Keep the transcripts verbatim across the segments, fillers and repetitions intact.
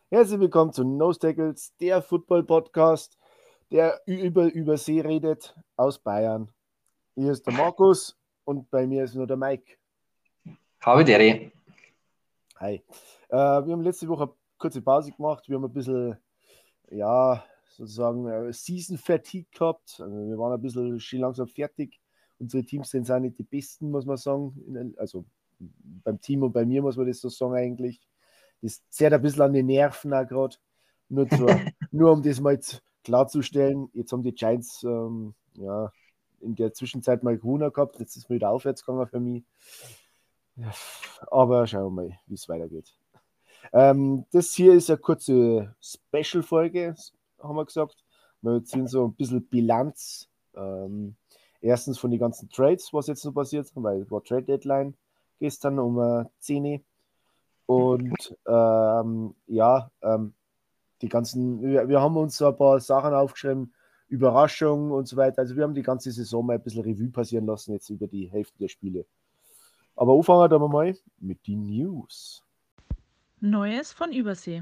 Herzlich willkommen zu Nose Tackles, der Football-Podcast, der über Übersee redet, aus Bayern. Hier ist der Markus und bei mir ist nur der Mike. Habe Deri. Hi. Äh, wir haben letzte Woche eine kurze Pause gemacht. Wir haben ein bisschen, ja, sozusagen äh, Season Fatigue gehabt. Also wir waren ein bisschen schon langsam fertig. Unsere Teams sind auch nicht die besten, muss man sagen. Also beim Team und bei mir muss man das so sagen eigentlich. Das zerrt ein bisschen an die Nerven auch gerade. Nur, nur um das mal klarzustellen, jetzt haben die Giants ähm, ja, in der Zwischenzeit mal gewonnen gehabt. Jetzt ist es wieder aufwärts gegangen für mich. Ja, aber schauen wir mal, wie es weitergeht. Ähm, das hier ist eine kurze Special-Folge, haben wir gesagt. Wir ziehen so ein bisschen Bilanz. Ähm, erstens von den ganzen Trades, was jetzt noch passiert, weil es war Trade Deadline gestern um äh, zehn Uhr. Und ähm, ja, ähm, die ganzen, wir, wir haben uns so ein paar Sachen aufgeschrieben, Überraschungen und so weiter. Also wir haben die ganze Saison mal ein bisschen Revue passieren lassen, jetzt über die Hälfte der Spiele. Aber anfangen wir mal mit den News. Neues von Übersee.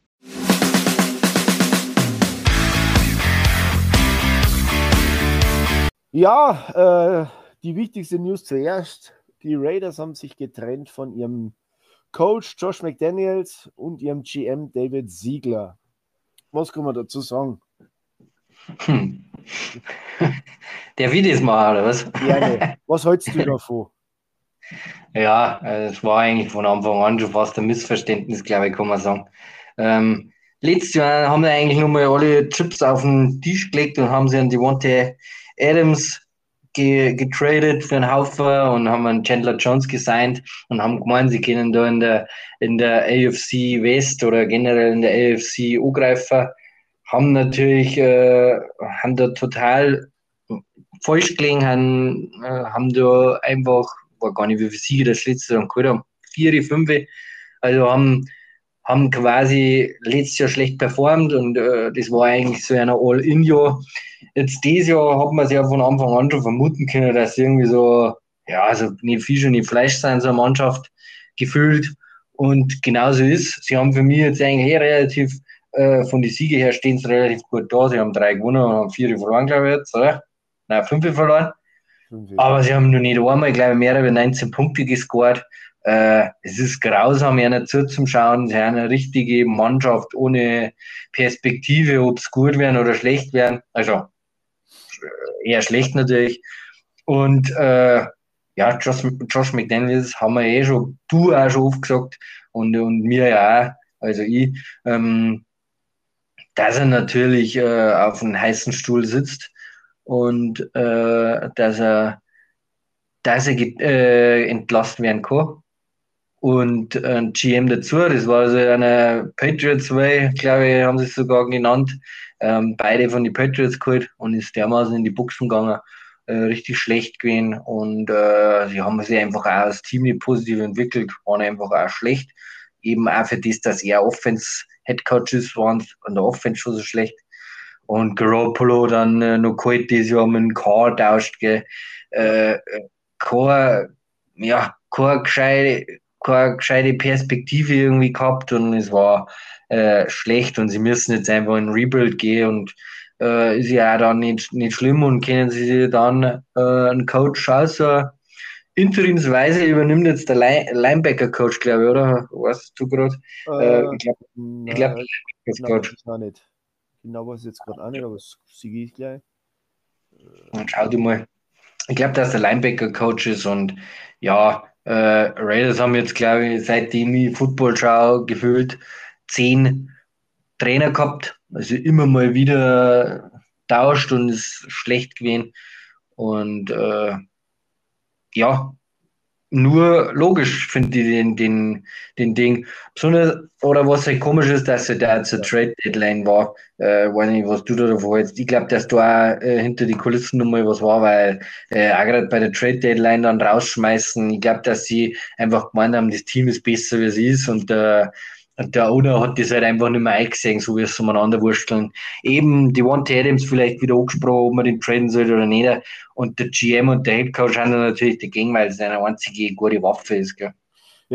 Ja, äh, die wichtigste News zuerst. Die Raiders haben sich getrennt von ihrem Coach Josh McDaniels und ihrem G M David Ziegler. Was kann man dazu sagen? Hm. Der will das machen, oder was? Gerne. Was hältst du davon? Ja, es war eigentlich von Anfang an schon fast ein Missverständnis, glaube ich, kann man sagen. Ähm, letztes Jahr haben wir eigentlich nochmal alle Chips auf den Tisch gelegt und haben sie an Devontae Adams ge getradet für einen Haufen und haben einen Chandler Jones gesigned und haben gemeint, sie können da in der, in der A F C West oder generell in der A F C angreifen. Haben natürlich, äh, haben da total falsch gelegen, haben, äh, haben da einfach, war gar nicht, wie viele Siege das letzte Jahr geholt haben, vier, fünf, also haben, haben quasi letztes Jahr schlecht performt und äh, das war eigentlich so ein All-In-Jahr. Jetzt dieses Jahr hat man sich ja von Anfang an schon vermuten können, dass irgendwie so, ja, also nicht Fisch und nicht Fleisch sein, so eine Mannschaft gefühlt. Und genauso ist. Sie haben für mich jetzt eigentlich relativ, äh, von den Siegen her stehen sie relativ gut da. Sie haben drei gewonnen und haben vier verloren, glaube ich jetzt, oder? Nein, fünf verloren. Fünf. Aber sie haben noch nicht einmal, glaube ich, mehr als neunzehn Punkte gescored. Äh, es ist grausam, ihnen zuzuschauen. Sie haben eine richtige Mannschaft ohne Perspektive, ob es gut werden oder schlecht werden. Also eher schlecht natürlich. Und äh, ja, Josh, Josh McDaniels haben wir eh schon, du auch schon oft gesagt und, und mir ja auch, also ich, ähm, dass er natürlich äh, auf einem heißen Stuhl sitzt und äh, dass er, dass er äh, entlassen werden kann. Und ein G M dazu, das war so eine Patriots Way, glaube ich, haben sie es sogar genannt. Ähm, beide von den Patriots geholt und ist dermaßen in die Buchsen gegangen, äh, richtig schlecht gewesen. Und äh, sie haben sich einfach auch als Team nicht positiv entwickelt, waren einfach auch schlecht. Eben auch für das, dass er Offense-Headcoach ist, waren an der Offense schon so schlecht. Und Garoppolo dann äh, noch geholt, dieses Jahr mit dem Carr tauscht, gell. Äh, kein, ja, keine gescheite, keine gescheite Perspektive irgendwie gehabt und es war äh, schlecht und sie müssen jetzt einfach in Rebuild gehen und äh, ist ja auch dann nicht, nicht schlimm und können sie dann äh, einen Coach aus, so interimsweise übernimmt jetzt der Linebacker-Coach, glaube ich, oder? Weißt du gerade? Äh, Äh, ich glaube, ich glaub, na, der genau weiß Linebacker-Coach. ich noch nicht. Genau weiß ich jetzt gerade auch nicht, aber das sehe ich gleich. Dann schau du mal. Ich glaube, dass der Linebacker-Coach ist und ja, äh, Raiders haben jetzt, glaube ich, seitdem ich Football schaue, gefühlt zehn Trainer gehabt. Also immer mal wieder tauscht und ist schlecht gewesen. Und äh, ja, nur logisch finde ich den, den, den Ding. Besonders, oder was halt komisch ist, dass er da zur Ja. Trade Deadline war. Äh, weiß nicht, was du da davor jetzt. Ich glaube, dass da auch äh, hinter die Kulissen nochmal was war, weil äh, auch gerade bei der Trade Deadline dann rausschmeißen. Ich glaube, dass sie einfach gemeint haben, das Team ist besser, wie es ist und äh, und der Owner hat das halt einfach nicht mehr eingesehen, so wie es umeinander wursteln. Eben die Devontae Adams vielleicht wieder angesprochen, ob man den traden sollte oder nicht. Und der G M und der Headcoach haben dann natürlich dagegen, weil es eine einzige gute Waffe ist. Gell? Ja,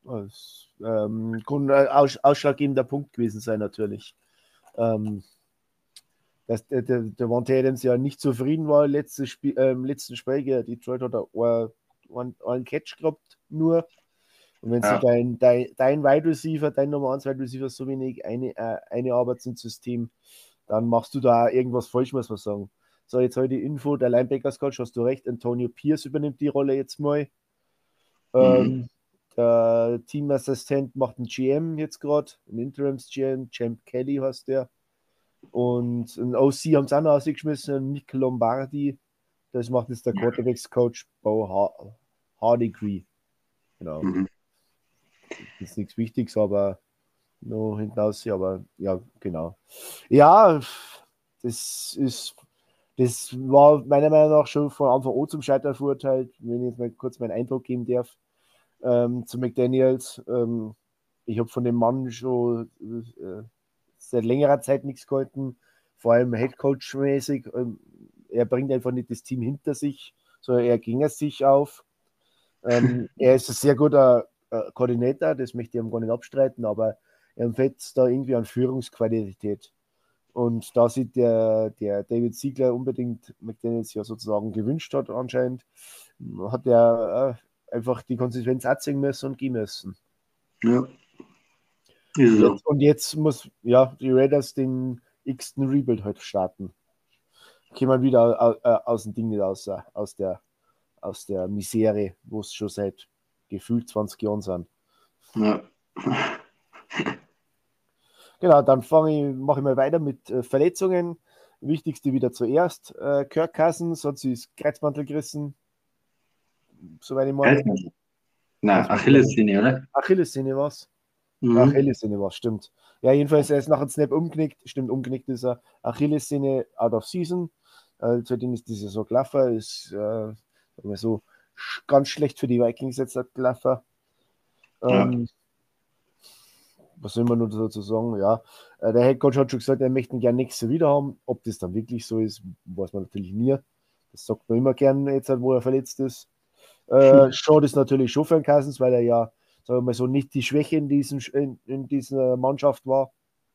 Das ähm, kann ein aus, ausschlaggebender Punkt gewesen sein, natürlich. Ähm, dass der, der, der Van Adams ja nicht zufrieden war letztes Spiel, äh, im letzten Spiel gegen Detroit hat er einen, einen Catch gehabt, nur. Und wenn Ja. du dein, dein, dein Wide Receiver, dein Nummer eins Wide Receiver so wenig eine, äh, eine Arbeit ins System, dann machst du da irgendwas falsch, muss man sagen. So, jetzt heute die Info, der Linebackers Coach, hast du recht, Antonio Pierce übernimmt die Rolle jetzt mal. Ähm, Mhm. Der Teamassistent macht einen G M jetzt gerade, einen Interims-G M, Champ Kelly heißt der. Und ein O C haben sie auch noch ausgeschmissen, Nick Lombardi. Das macht jetzt der Quarterbacks-Coach Bo ha Hardigree. Genau. Mhm. Das ist nichts Wichtiges, aber nur hinten raus, aber ja, genau. Ja, das ist, das war meiner Meinung nach schon von Anfang an zum Scheitern verurteilt, wenn ich jetzt mal kurz meinen Eindruck geben darf, ähm, zu McDaniels. Ähm, ich habe von dem Mann schon äh, seit längerer Zeit nichts gehalten, vor allem Headcoach-mäßig. Ähm, er bringt einfach nicht das Team hinter sich, sondern er ging es sich auf. Ähm, er ist ein sehr guter äh, Koordinator, das möchte ich ihm gar nicht abstreiten, aber er fehlt da irgendwie an Führungsqualität. Und da sich der, der David Ziegler unbedingt McDaniels ja sozusagen gewünscht hat, anscheinend, hat er äh, einfach die Konsequenz abziehen müssen und gehen müssen. Ja. Ist so. Jetzt, und jetzt muss ja die Raiders den x-ten Rebuild heute starten. Kommen wieder aus, aus dem Ding nicht raus, aus der, aus der Misere, wo es schon seit gefühlt zwanzig Jahren sind. Ja. Genau, dann fange ich, mache ich mal weiter mit äh, Verletzungen. Wichtigste wieder zuerst. Äh, Kirk Cousins hat sich das Kreuzmantel gerissen, soweit ich meine. Kreuzmantel. Nein, Achillessehne, oder? Achillessehne was? Mhm. Achillessehne was, stimmt. Ja, jedenfalls, er ist nach dem Snap umknickt. Stimmt, umknickt ist er. Achillessehne out of season. Äh, seitdem ist die Saison gelaufen. Ist äh, so sch ganz schlecht für die Vikings jetzt gelaufen. Ähm, Ja. Was soll man nur dazu sagen? Ja, äh, der Headcoach hat schon gesagt, er möchte ihn gerne nächstes Jahr wieder haben. Ob das dann wirklich so ist, weiß man natürlich nie. Das sagt man immer gern jetzt, wo er verletzt ist. Äh, Schade ist natürlich schon für den Cousins, weil er ja, sagen wir mal so, nicht die Schwäche in, diesen, in, in dieser Mannschaft war.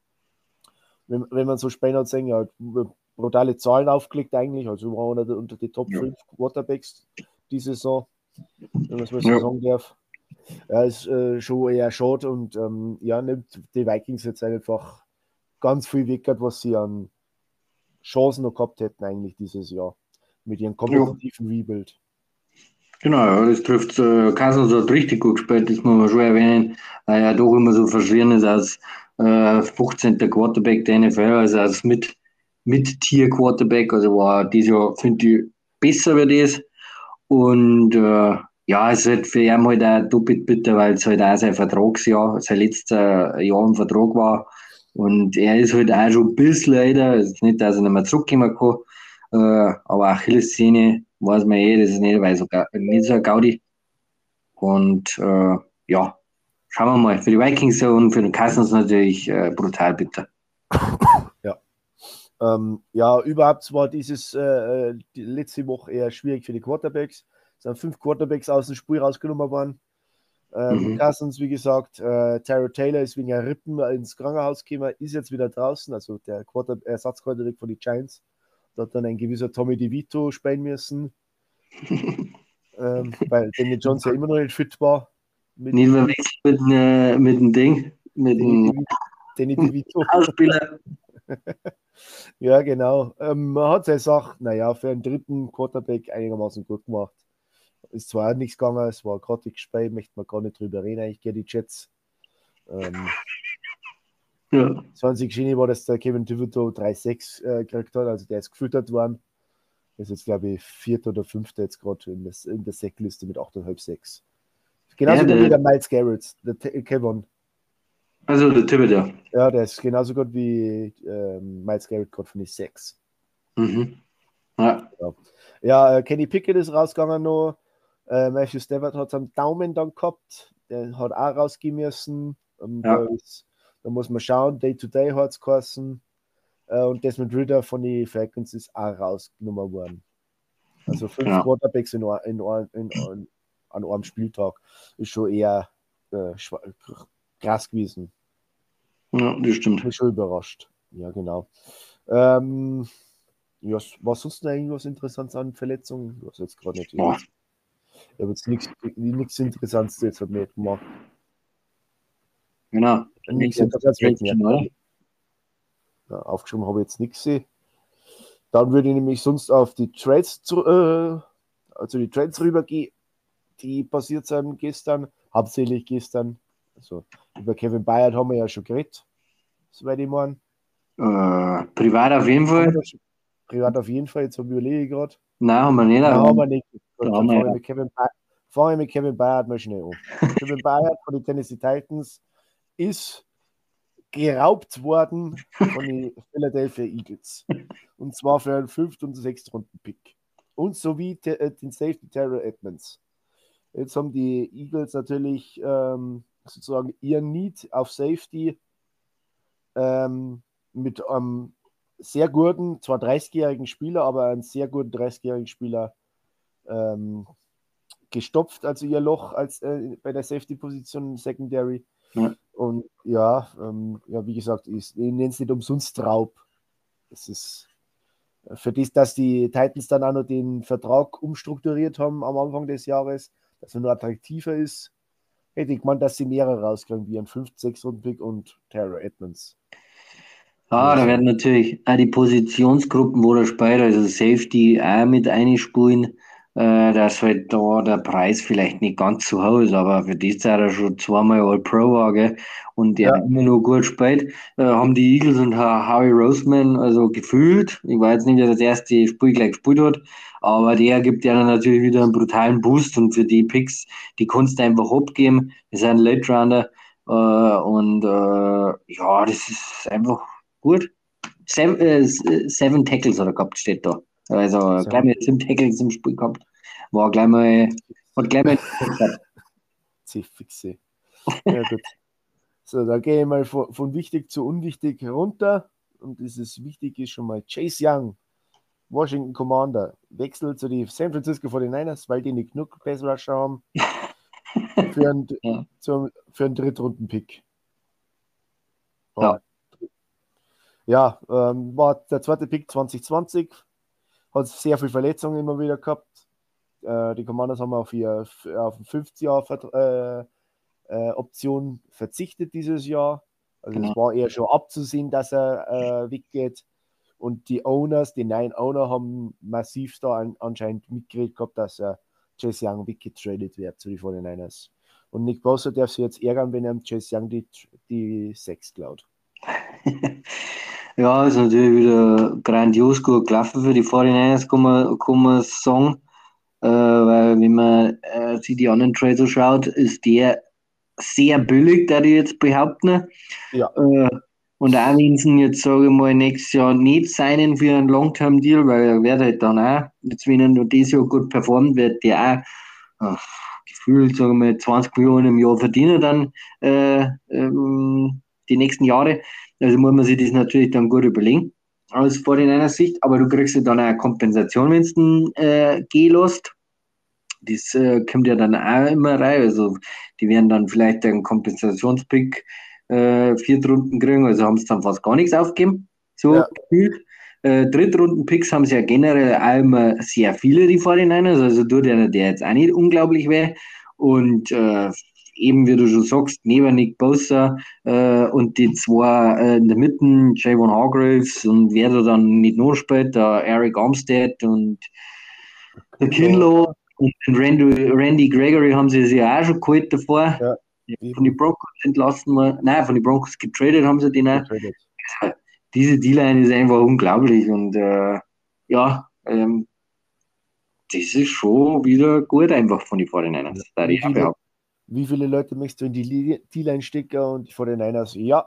Wenn, wenn man so Spanner sehen, ja, brutale Zahlen aufgelegt eigentlich. Also war unter, unter die Top Ja. fünf Quarterbacks die Saison, wenn man es mal so Ja. sagen darf. Ja, ist äh, schon eher schade und ähm, ja, nimmt die Vikings jetzt einfach ganz viel weg, was sie an Chancen noch gehabt hätten eigentlich dieses Jahr mit ihrem kompetitiven Rebuild. Genau, ja, das trifft äh, Cousins hat richtig gut gespielt, das muss man schon erwähnen, weil er doch immer so verschrien ist als äh, fünfzehnter Quarterback der N F L, also als mit, mit Tier-Quarterback, also war dieses Jahr, finde ich, besser wie das. Und äh, ja, es ist halt für ihn halt auch doppelt bitter, weil es halt auch sein Vertragsjahr, sein letztes Jahr im Vertrag war. Und er ist halt auch schon ein bisschen leider, es ist nicht, dass er nicht mehr zurückkommen kann, äh, aber Achillessehne weiß man eh, das ist nicht, weil so, nicht so ein Gaudi. Und äh, ja, schauen wir mal. Für die Vikings und für den Cousins natürlich äh, brutal bitter. Ja. Ähm, ja, überhaupt war dieses äh, die letzte Woche eher schwierig für die Quarterbacks. Es sind fünf Quarterbacks aus dem Spiel rausgenommen worden. Ähm, Mhm. Cousins, wie gesagt, äh, Tyrod Taylor ist wegen einer Rippen ins Krankenhaus gekommen, ist jetzt wieder draußen, also der Quarter Ersatzquarterback von den Giants. Da hat dann ein gewisser Tommy DeVito spielen müssen, ähm, weil Daniel Jones ja immer noch nicht fit war. Mit Nicht verwechseln mit, äh, mit dem Ding, mit Danny, dem Devi Danny DeVito. Schauspieler. Ja, genau. Ähm, man hat seine Sache, naja, für einen dritten Quarterback einigermaßen gut gemacht. Ist zwar auch nichts gegangen, es war gerade gespielt, möchte man gar nicht drüber reden, eigentlich gehe die Jets. Ähm, Ja. zwanzig Genie war, dass der Kevin Thibodeau drei sechs äh, gekriegt hat, also der ist gefüttert worden. Ist jetzt, glaube ich, vierter oder fünfter jetzt gerade in, in der Sackliste mit acht Komma fünf sechs. Genauso Ja, gut wie der der, Miles Garrett, der T- Kevin. also der Thibodeau. Ja, der ist genauso gut wie ähm, Miles Garrett gerade von den sechs. Mhm. Ja. Ja, ja äh, Kenny Pickett ist rausgegangen noch. Äh, Matthew Stafford hat seinen Daumen dann gehabt. Der hat auch rausgehen müssen. Und, Ja. äh, ist, da muss man schauen. Day-to-Day hat es geheißen. Äh, und Desmond Ridder von den Falcons ist auch rausgenommen worden. Also fünf Ja. Quarterbacks in, in, in, in, an einem Spieltag ist schon eher äh, krass gewesen. Ja, das stimmt. Mich schon überrascht. Ja, genau. Ähm, ja, was sonst noch irgendwas Interessantes an Verletzungen? Du hast jetzt gerade nicht. Boah. Ich habe jetzt nichts Interessantes jetzt hat mir gemacht. Genau. Nichts Interessantes Action, oder? Ja, aufgeschrieben habe ich jetzt nichts gesehen. Dann würde ich nämlich sonst auf die Trades, zu, äh, also die Trades rübergehen, die passiert sind gestern, hauptsächlich gestern. Also über Kevin Byard haben wir ja schon geredet, soweit ich meine. Äh, privat auf jeden Fall. Privat auf jeden Fall, jetzt habe ich überlege gerade. Nein, haben wir nicht. Nein, haben wir nicht. Da Gut, haben dann wir fange ja. ich mit Kevin, fange ich mit Kevin Byard mal schnell an. Kevin Byard von den Tennessee Titans ist geraubt worden von den Philadelphia Eagles. Und zwar für einen fünften und sechsten Runden-Pick. Und sowie te- den Safety Terrell Edmonds. Jetzt haben die Eagles natürlich ähm, sozusagen ihren Need auf Safety ähm, mit einem sehr guten, zwar dreißigjährigen Spieler, aber einen sehr guten dreißigjährigen Spieler ähm, gestopft, also ihr Loch als äh, bei der Safety-Position Secondary. Ja. Und ja, ähm, ja, wie gesagt, ich, ich nenne es nicht umsonst Raub. Das ist für das, dass die Titans dann auch noch den Vertrag umstrukturiert haben am Anfang des Jahres, dass er nur attraktiver ist, hätte ich gemeint, dass sie mehrere rauskriegen, wie ein fünften, sechsten Runden-Pick und Terrell Edmonds. Ah, da so. werden natürlich auch die Positionsgruppen, wo der Spieler, also Safety, auch mit einspielen, äh, dass halt da der Preis vielleicht nicht ganz so hoch ist, aber für das, dass er schon zweimal All-Pro war, gell, und der Ja. immer noch gut spielt, äh, haben die Eagles und Harry Roseman also gefühlt, ich weiß jetzt nicht, wer das erste Spiel gleich gespielt hat, aber der gibt ja dann natürlich wieder einen brutalen Boost und für die Picks, die kannst du einfach abgeben, das ist ein Late-Rounder, äh, und äh, ja, das ist einfach gut. Seven, äh, seven Tackles hat er gehabt, steht da. Also Seven. gleich mal sieben Tackles im Spiel gehabt. War gleich mal, hat gleich mal C-Fixe. Ja, gut. So, da gehe ich mal von, von wichtig zu unwichtig runter. Und dieses Wichtig ist schon mal Chase Young, Washington Commander, wechselt zu den San Francisco forty-niners, weil die nicht genug Pass Rusher haben, für einen, ja. zum, für einen Drittrunden-Pick. Ja. Ja, ähm, war der zweite Pick zwanzig zwanzig, hat sehr viele Verletzungen immer wieder gehabt. Äh, die Commanders haben auf, ihr, auf eine fünfzig-Jahr-Option äh, äh, verzichtet dieses Jahr. Also Genau. es war eher schon abzusehen, dass er äh, weggeht. Und die Owners, die neuen Owner, haben massiv da an, anscheinend mitgeredet gehabt, dass er Chase Young weggetradet wird zu den forty-niners. Und Nick Bosa darf sich jetzt ärgern, wenn er Chase Young die, die sechs klaut. Ja, ist natürlich wieder grandios gut gelaufen für die forty-niners, kann man, kann man sagen. Äh, weil, wenn man äh, sich die anderen Trades so schaut, ist der sehr billig, da ich jetzt behaupten. Ja. Äh, und auch wenn sie jetzt, sage ich mal, nächstes Jahr nicht signen für einen Long-Term-Deal, weil er wird halt dann auch, jetzt wenn er noch dieses Jahr gut performt, wird der auch äh, gefühlt, sage ich mal, zwanzig Millionen im Jahr verdienen dann äh, ähm, die nächsten Jahre. Also muss man sich das natürlich dann gut überlegen, aus forty-niners Sicht, aber du kriegst ja dann auch eine Kompensation, wenn du den äh, gehen lässt. Das äh, kommt ja dann auch immer rein. Also die werden dann vielleicht einen Kompensationspick äh, Viertrunden kriegen, also haben sie dann fast gar nichts aufgegeben. So Ja. gefühlt. Äh, Drittrunden-Picks haben sie ja generell auch immer sehr viele, die forty-niners, also tut ja der jetzt auch nicht unglaublich weh. Und äh, eben, wie du schon sagst, neben Nick Bosa äh, und die zwei äh, in der Mitte, Javon Hargraves und wer da dann nicht noch spielt, der Eric Armstead und der Kinlaw. Und den Randy, Randy Gregory haben sie sich ja auch schon geholt davor. Ja, von den Broncos entlassen wir. Nein, von den Broncos getradet haben sie den auch. getradet. Diese D-Line ist einfach unglaublich und äh, ja, ähm, das ist schon wieder gut einfach von den forty-niners. Ja. Wie, viele, wie viele Leute möchtest du in die D-Line stecken und die forty-niners? Ja.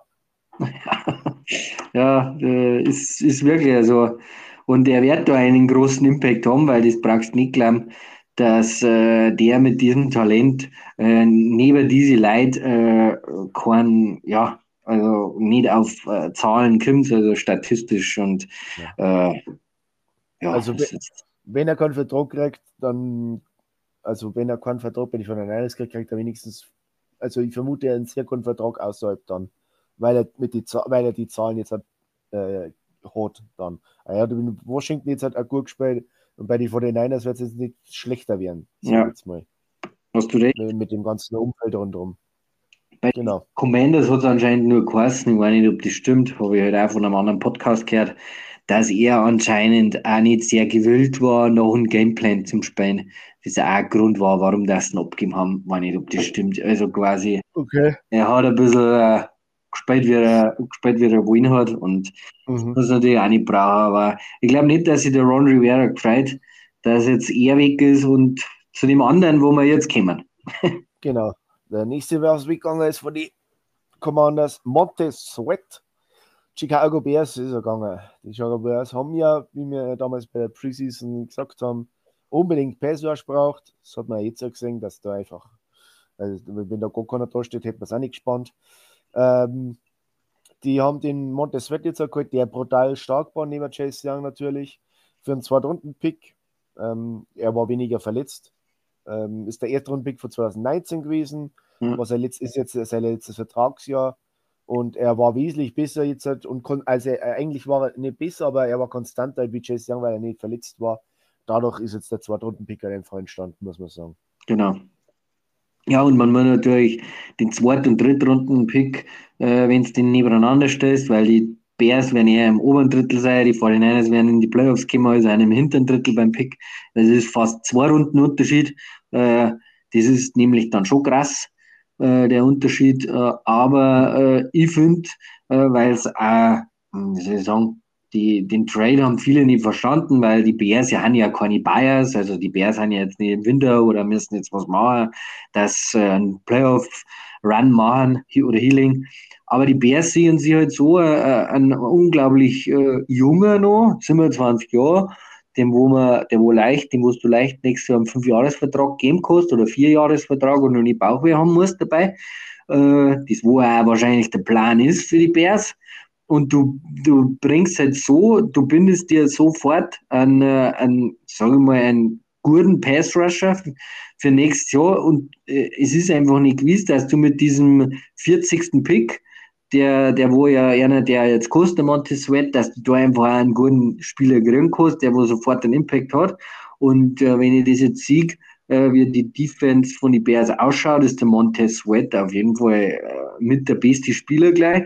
Ja, äh, ist, ist wirklich also. Und er wird da einen großen Impact haben, weil das brauchst du nicht glauben, dass äh, der mit diesem Talent äh, neben diese Leute äh, kein, ja, also nicht auf äh, Zahlen kommt, also statistisch und äh, ja, Also das wenn, ist, wenn er keinen Vertrag kriegt, dann, also wenn er keinen Vertrag bei den forty-niners kriegt, kriegt er wenigstens also ich vermute, er einen sehr guten Vertrag außerhalb dann, weil er, mit die, weil er die Zahlen jetzt hat, äh, hat dann. Er hat in Washington jetzt halt auch gut gespielt und bei den forty-niners wird es jetzt nicht schlechter werden, sag Ja. ich jetzt mal. Hast du recht. Mit, mit dem ganzen Umfeld rundherum. Bei Genau. Commanders hat es anscheinend nur geheißen, ich weiß nicht, ob das stimmt, habe ich halt auch von einem anderen Podcast gehört, dass er anscheinend auch nicht sehr gewillt war, noch einen Gameplan zum Spielen. Das auch ein Grund war, warum das ihn abgegeben haben, weiß nicht, ob das stimmt. Also quasi, Okay. er hat ein bisschen äh, gespielt, wie er, gespielt, wie er wollen hat und Mhm. das natürlich auch nicht brauchen, aber ich glaube nicht, dass sich der Ron Rivera gefreut, dass jetzt er weg ist und zu dem anderen, wo wir jetzt kommen. Genau. Der nächste, wer aus weggegangen ist von den Commanders, Montez Sweat. Chicago Bears ist er gegangen. Die Chicago Bears haben ja, wie wir damals bei der Preseason gesagt haben, unbedingt Pass Rush braucht. Das hat man jetzt auch gesehen, dass da einfach, also wenn da gar keiner da steht, hätte man es auch nicht gespannt. Ähm, die haben den Montez Sweat jetzt auch geholt, der brutal stark war, neben Chase Young natürlich, für einen Zweitrunden-Pick. Ähm, er war weniger verletzt. Ähm, ist der Erstrunden-Pick von zwanzig neunzehn gewesen, Mhm. was er letzt, ist jetzt sein letztes Vertragsjahr. Und er war wesentlich besser jetzt halt und kon, also er, eigentlich war er nicht besser, aber er war konstanter wie Chase Young, weil er nicht verletzt war. Dadurch ist jetzt der Zweitrunden-Picker einfach entstanden, muss man sagen. Genau. Ja, und man muss natürlich den Zweit- und Drittrunden-Pick, äh, wenn es den nebeneinander stellst, weil die Bears werden eher im oberen Drittel sein, die forty-niners werden in die Playoffs kommen, also einem im hinteren Drittel beim Pick. Das ist fast zwei Runden Unterschied. Äh, das ist nämlich dann schon krass, äh, der Unterschied. Äh, aber äh, ich finde, äh, weil es auch, hm, wie soll ich sagen, die, den Trade haben viele nicht verstanden, weil die Bears ja haben ja keine Bias, also die Bears haben ja jetzt nicht im Winter oder müssen jetzt was machen, dass äh, ein Playoff-Run machen oder Healing. Aber die Bears sehen sich halt so, äh, ein unglaublich äh, junger noch, siebenundzwanzig Jahre, dem wo man, der wo leicht, dem wo du leicht nächstes Jahr einen fünf-Jahres-Vertrag geben kannst oder vier-Jahres-Vertrag und noch nicht Bauchweh haben musst dabei. Äh, das wo auch wahrscheinlich der Plan ist für die Bears. Und du, du bringst halt so, du bindest dir sofort einen, einen sag ich mal, einen guten Pass-Rusher für nächstes Jahr und äh, es ist einfach nicht gewiss, dass du mit diesem vierzigsten Pick, der, der wo ja einer, der jetzt kostet, der Montez Sweat, dass du da einfach einen guten Spieler kriegen kannst, der wo sofort einen Impact hat. Und äh, wenn ich das jetzt sehe, äh, wie die Defense von den Bears ausschaut, ist der Montez Sweat auf jeden Fall äh, mit der beste Spieler gleich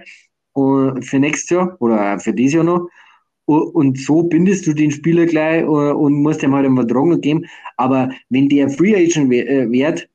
für nächstes Jahr oder für dieses Jahr noch. Und so bindest du den Spieler gleich und musst ihm halt einen Vertrag noch geben. Aber wenn der Free Agent wird,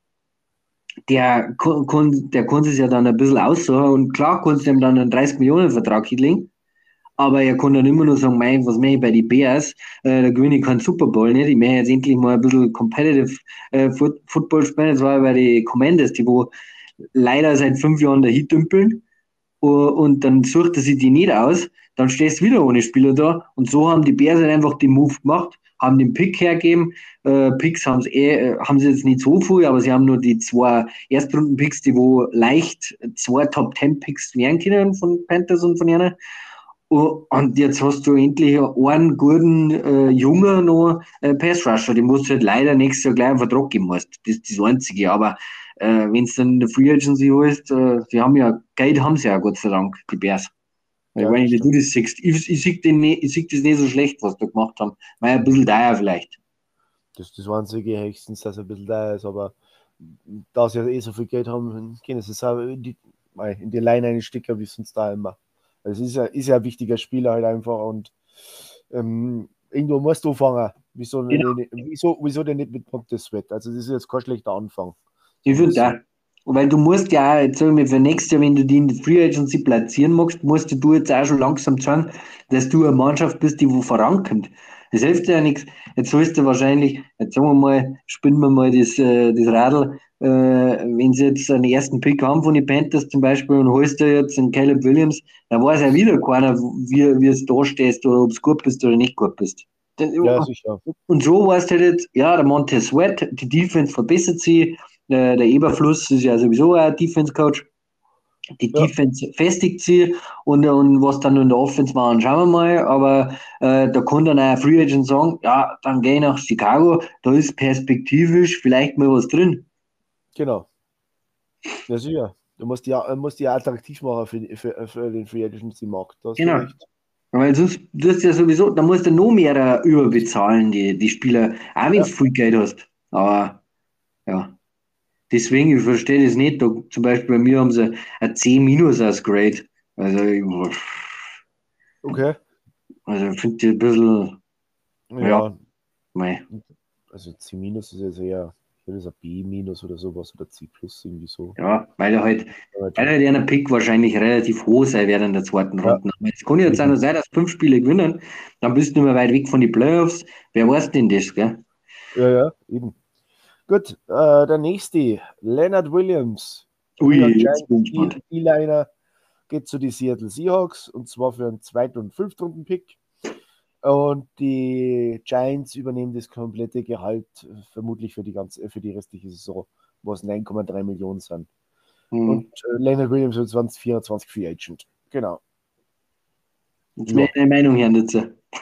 der kann, der kann sich ja dann ein bisschen aussuchen und klar kannst du ihm dann einen dreißig Millionen Vertrag hinlegen. Aber er kann dann immer nur sagen, mein, was mache ich bei den Bears? Äh, da gewinne ich keinen Super Bowl nicht. Ich möchte jetzt endlich mal ein bisschen competitive äh, Football spielen. Das war bei den Commanders, die wo leider seit fünf Jahren da hindümpeln. Und dann sucht er sich die nicht aus, dann stehst du wieder ohne Spieler da. Und so haben die Bears halt einfach den Move gemacht, haben den Pick hergegeben. Äh, Picks haben's eh, haben sie jetzt nicht so viel, aber sie haben nur die zwei Erstrunden-Picks, die wo leicht zwei Top-Ten-Picks werden können von Panthers und von ihnen. Und jetzt hast du endlich einen guten äh, Jungen noch äh, Pass-Rusher, den musst du halt leider nächstes Jahr gleich einen Vertrag geben musst. Das ist das Einzige. Aber äh, wenn es dann in der Free Agency heißt, äh, die haben ja, Geld haben sie ja Gott sei Dank, die Bears. Ja, wenn das ich, du stimmt. das siehst, ich, ich sehe seh das nicht so schlecht, was die gemacht haben. War ja ein bisschen teuer vielleicht. Das, das einzige höchstens, dass er ein bisschen da ist, aber da sie ja eh so viel Geld haben, können sie es auch in die, mei, in die Line einstecken, wie sonst da immer. Also es ist ja, ist ja ein wichtiger Spieler halt einfach und ähm, irgendwo musst du anfangen. Wieso, Genau. nicht, wieso, wieso denn nicht mit Montez Sweat? Also das ist jetzt kein schlechter Anfang. Ich finde da. Weil du musst ja auch, jetzt sag ich mal, für nächstes Jahr, wenn du die in der Free Agency platzieren magst, musst du jetzt auch schon langsam zeigen, dass du eine Mannschaft bist, die wo vorankommt. Das hilft ja nichts. Jetzt sollst du wahrscheinlich, jetzt sagen wir mal, spinnen wir mal das, äh, das Radl, äh, wenn sie jetzt einen ersten Pick haben von den Panthers zum Beispiel und holst du jetzt einen Caleb Williams, dann weiß ja wieder keiner, wie, wie es da stehst oder ob es gut bist oder nicht gut bist. Ja, sicher. Und so weißt du halt jetzt, ja, der Montez Sweat, die Defense verbessert sie, der, der Eberfluss ist ja sowieso ein Defense-Coach. Die Ja. Defense festigt sie und, und was dann in der Offense machen, schauen wir mal. Aber äh, da kann dann auch ein Free Agent sagen, ja, dann gehe ich nach Chicago, da ist perspektivisch vielleicht mal was drin. Genau. Ja, sicher. Du musst ja, äh, musst ja attraktiv machen für, die- für, für den Free Agency Markt. Da hast du Genau. recht. Weil sonst, du hast ja sowieso, da musst du noch mehr äh, überbezahlen, die, die Spieler, auch wenn du Ja, viel Geld hast. Aber ja, deswegen, ich verstehe das nicht. Da, zum Beispiel bei mir haben sie ein C minus als Grade. Also, ich, okay. also ich finde die ein bisschen, ja, Ja, mei. also C minus ist jetzt eher, ich würde sagen B minus oder sowas oder C plus irgendwie so. Ja, weil er halt, Aber weil schon. halt einer Pick wahrscheinlich relativ hoch sein wird in der zweiten Ja, Runde. Aber es kann ja jetzt auch noch eben. sein, dass fünf Spiele gewinnen, dann bist du nicht mehr weit weg von den Playoffs. Wer weiß denn das, gell? Ja, ja, eben. Gut, äh, der nächste, Leonard Williams, New York Ui, jetzt bin Giants ich gespannt. D-Liner, geht zu den Seattle Seahawks und zwar für einen Zweit- und Fünftrunden-Pick. Und die Giants übernehmen das komplette Gehalt äh, vermutlich für die ganze, für die restliche Saison, was neun Komma drei Millionen sind. Hm. Und äh, Leonard Williams wird zwanzig vierundzwanzig Free Agent. Genau. Jetzt Ja, meine deine Meinung hören dazu.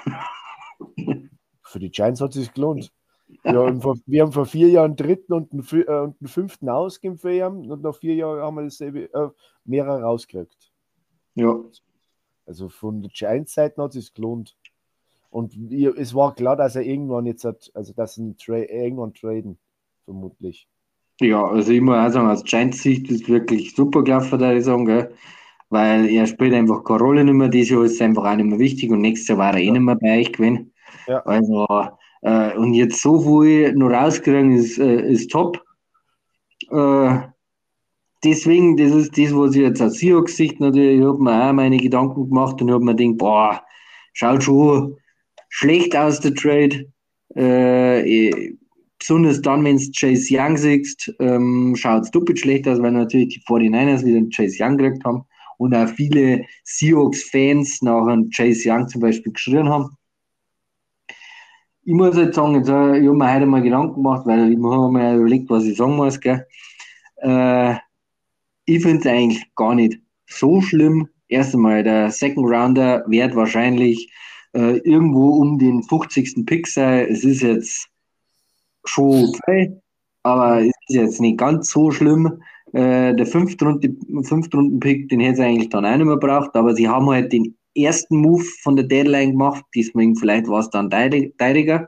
für die Giants hat es sich gelohnt. Wir haben, vor, wir haben vor vier Jahren einen dritten und einen, fü- äh, und einen fünften ausgegeben für ihn und nach vier Jahren haben wir dasselbe, äh, mehrere rausgekriegt. Ja, Also von der Giants-Seite hat es sich gelohnt. Und wir, es war klar, dass er irgendwann jetzt hat, also dass ein Tra irgendwann traden, vermutlich. ja, also ich muss auch sagen, aus Giants-Sicht ist wirklich super gelaufen, würde ich sagen, gell? Weil er spielt einfach keine Rolle nicht mehr. Dieses Jahr ist es einfach auch nicht mehr wichtig und nächstes Jahr war er eh Ja, nicht mehr bei euch gewesen. ja, Also, äh, und jetzt so viel noch rauskriegen, ist, äh, ist top. Äh, deswegen, das ist das, was ich jetzt aus Seahawks-Sicht natürlich, ich habe mir auch meine Gedanken gemacht und habe mir gedacht, boah, schaut schon schlecht aus, der Trade. Äh, eh, besonders dann, wenn es Chase Young siehst, ähm, schaut es doppelt schlecht aus, weil natürlich die forty-niners wieder einen Chase Young gekriegt haben und auch viele Seahawks-Fans nach einem Chase Young zum Beispiel geschrien haben. Ich muss jetzt sagen, jetzt, äh, ich habe mir heute mal Gedanken gemacht, weil ich habe mir überlegt, was ich sagen muss. Gell? Äh, ich finde es eigentlich gar nicht so schlimm. Erst einmal, der Second Rounder wird wahrscheinlich äh, irgendwo um den fünfzigsten Pick sein. Es ist jetzt schon viel, aber mhm. es ist jetzt nicht ganz so schlimm. Äh, der Fünftrunden-Pick, den hätte es eigentlich dann auch nicht mehr braucht, aber sie haben halt den ersten Move von der Deadline gemacht, deswegen vielleicht war es dann teuriger.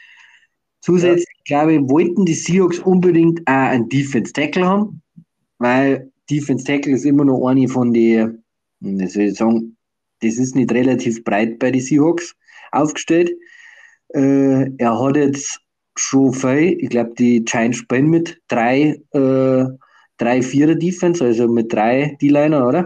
Ja, Zusätzlich, glaube ich, wollten die Seahawks unbedingt auch einen Defense Tackle haben, weil Defense Tackle ist immer noch eine von den, das will ich sagen, das ist nicht relativ breit bei den Seahawks aufgestellt. Äh, er hat jetzt schon viel, ich glaube, die Giants spielen mit drei, äh, drei Vierer Defense, also mit drei D-Liner, oder?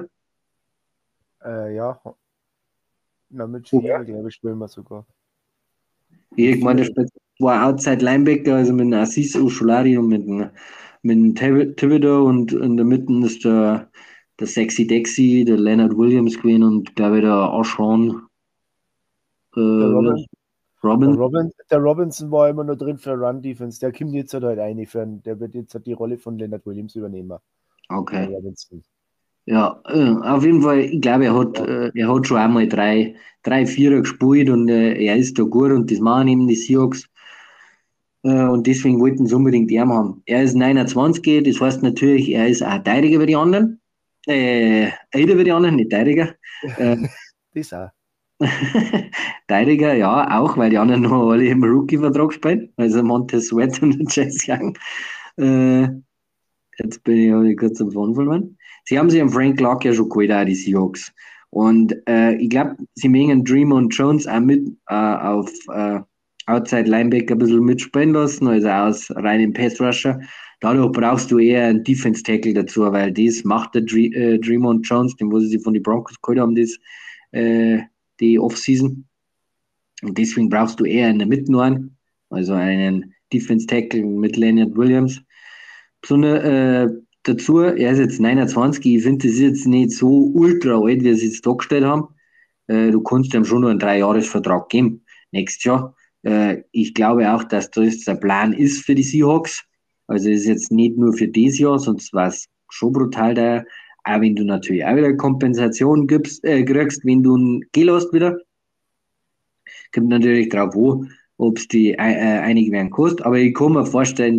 äh, ja. Na, mit Ja. Vierer, glaube ich, spielen wir sogar. Mit Ich meine, der Vierer. spielt zwei Outside Linebacker, also mit einem Assis Oshulari und mit einem, mit einem Thiv- Thibodeau und in der Mitte ist der, der Sexy Dexy, der Leonard Williams gewesen und glaube ich der Ashon äh, Der wie Robin, heißt- der, Robin. Robin, der Robinson war immer noch drin für Run Defense. Der kommt jetzt halt rein. Für, einen- der wird jetzt halt die Rolle von Leonard Williams übernehmen. Der Okay. Robinson. Ja, äh, auf jeden Fall, ich glaube, er hat, Ja, äh, er hat schon einmal drei, drei Vierer gespielt und äh, er ist da gut und das machen eben die Seahawks. Äh, und deswegen wollten sie unbedingt ihn haben. Er ist neunundzwanzig, das heißt natürlich, er ist auch teuriger wie die anderen. Äh, älter wie die anderen, nicht teuriger. Äh, das auch. teuriger, ja, auch, weil die anderen noch alle im Rookie-Vertrag spielen. Also Montez Sweat und Chase Young. Äh, Jetzt bin ich, hab ich kurz am Faden verloren. Sie haben sich am Frank Clark ja schon geholt, auch die Seahawks. Und äh, ich glaube, sie mengen Dreamon Jones auch mit äh, auf äh, Outside Linebacker ein bisschen mitspielen lassen, also aus reinem Pass Rusher. Dadurch brauchst du eher einen Defense Tackle dazu, weil das macht der Dre äh, Dreamon Jones, den wo sie sich von den Broncos geholt haben, das, äh, die Offseason. Und deswegen brauchst du eher in der Mitte noch einen, also einen Defense Tackle mit Leonard Williams. Besonders äh, dazu, er ist jetzt neunundzwanzig, ich finde, das ist jetzt nicht so ultra alt, wie sie es jetzt dargestellt haben. Äh, du kannst ihm schon nur einen Dreijahresvertrag geben, nächstes Jahr. Äh, ich glaube auch, dass das der Plan ist für die Seahawks. Also es ist jetzt nicht nur für dieses Jahr, sonst war es schon brutal da. Auch wenn du natürlich auch wieder Kompensation gibst, äh, kriegst, wenn du einen Gel hast wieder. Kommt natürlich drauf an, ob es die äh, einig werden kostet. Aber ich kann mir vorstellen,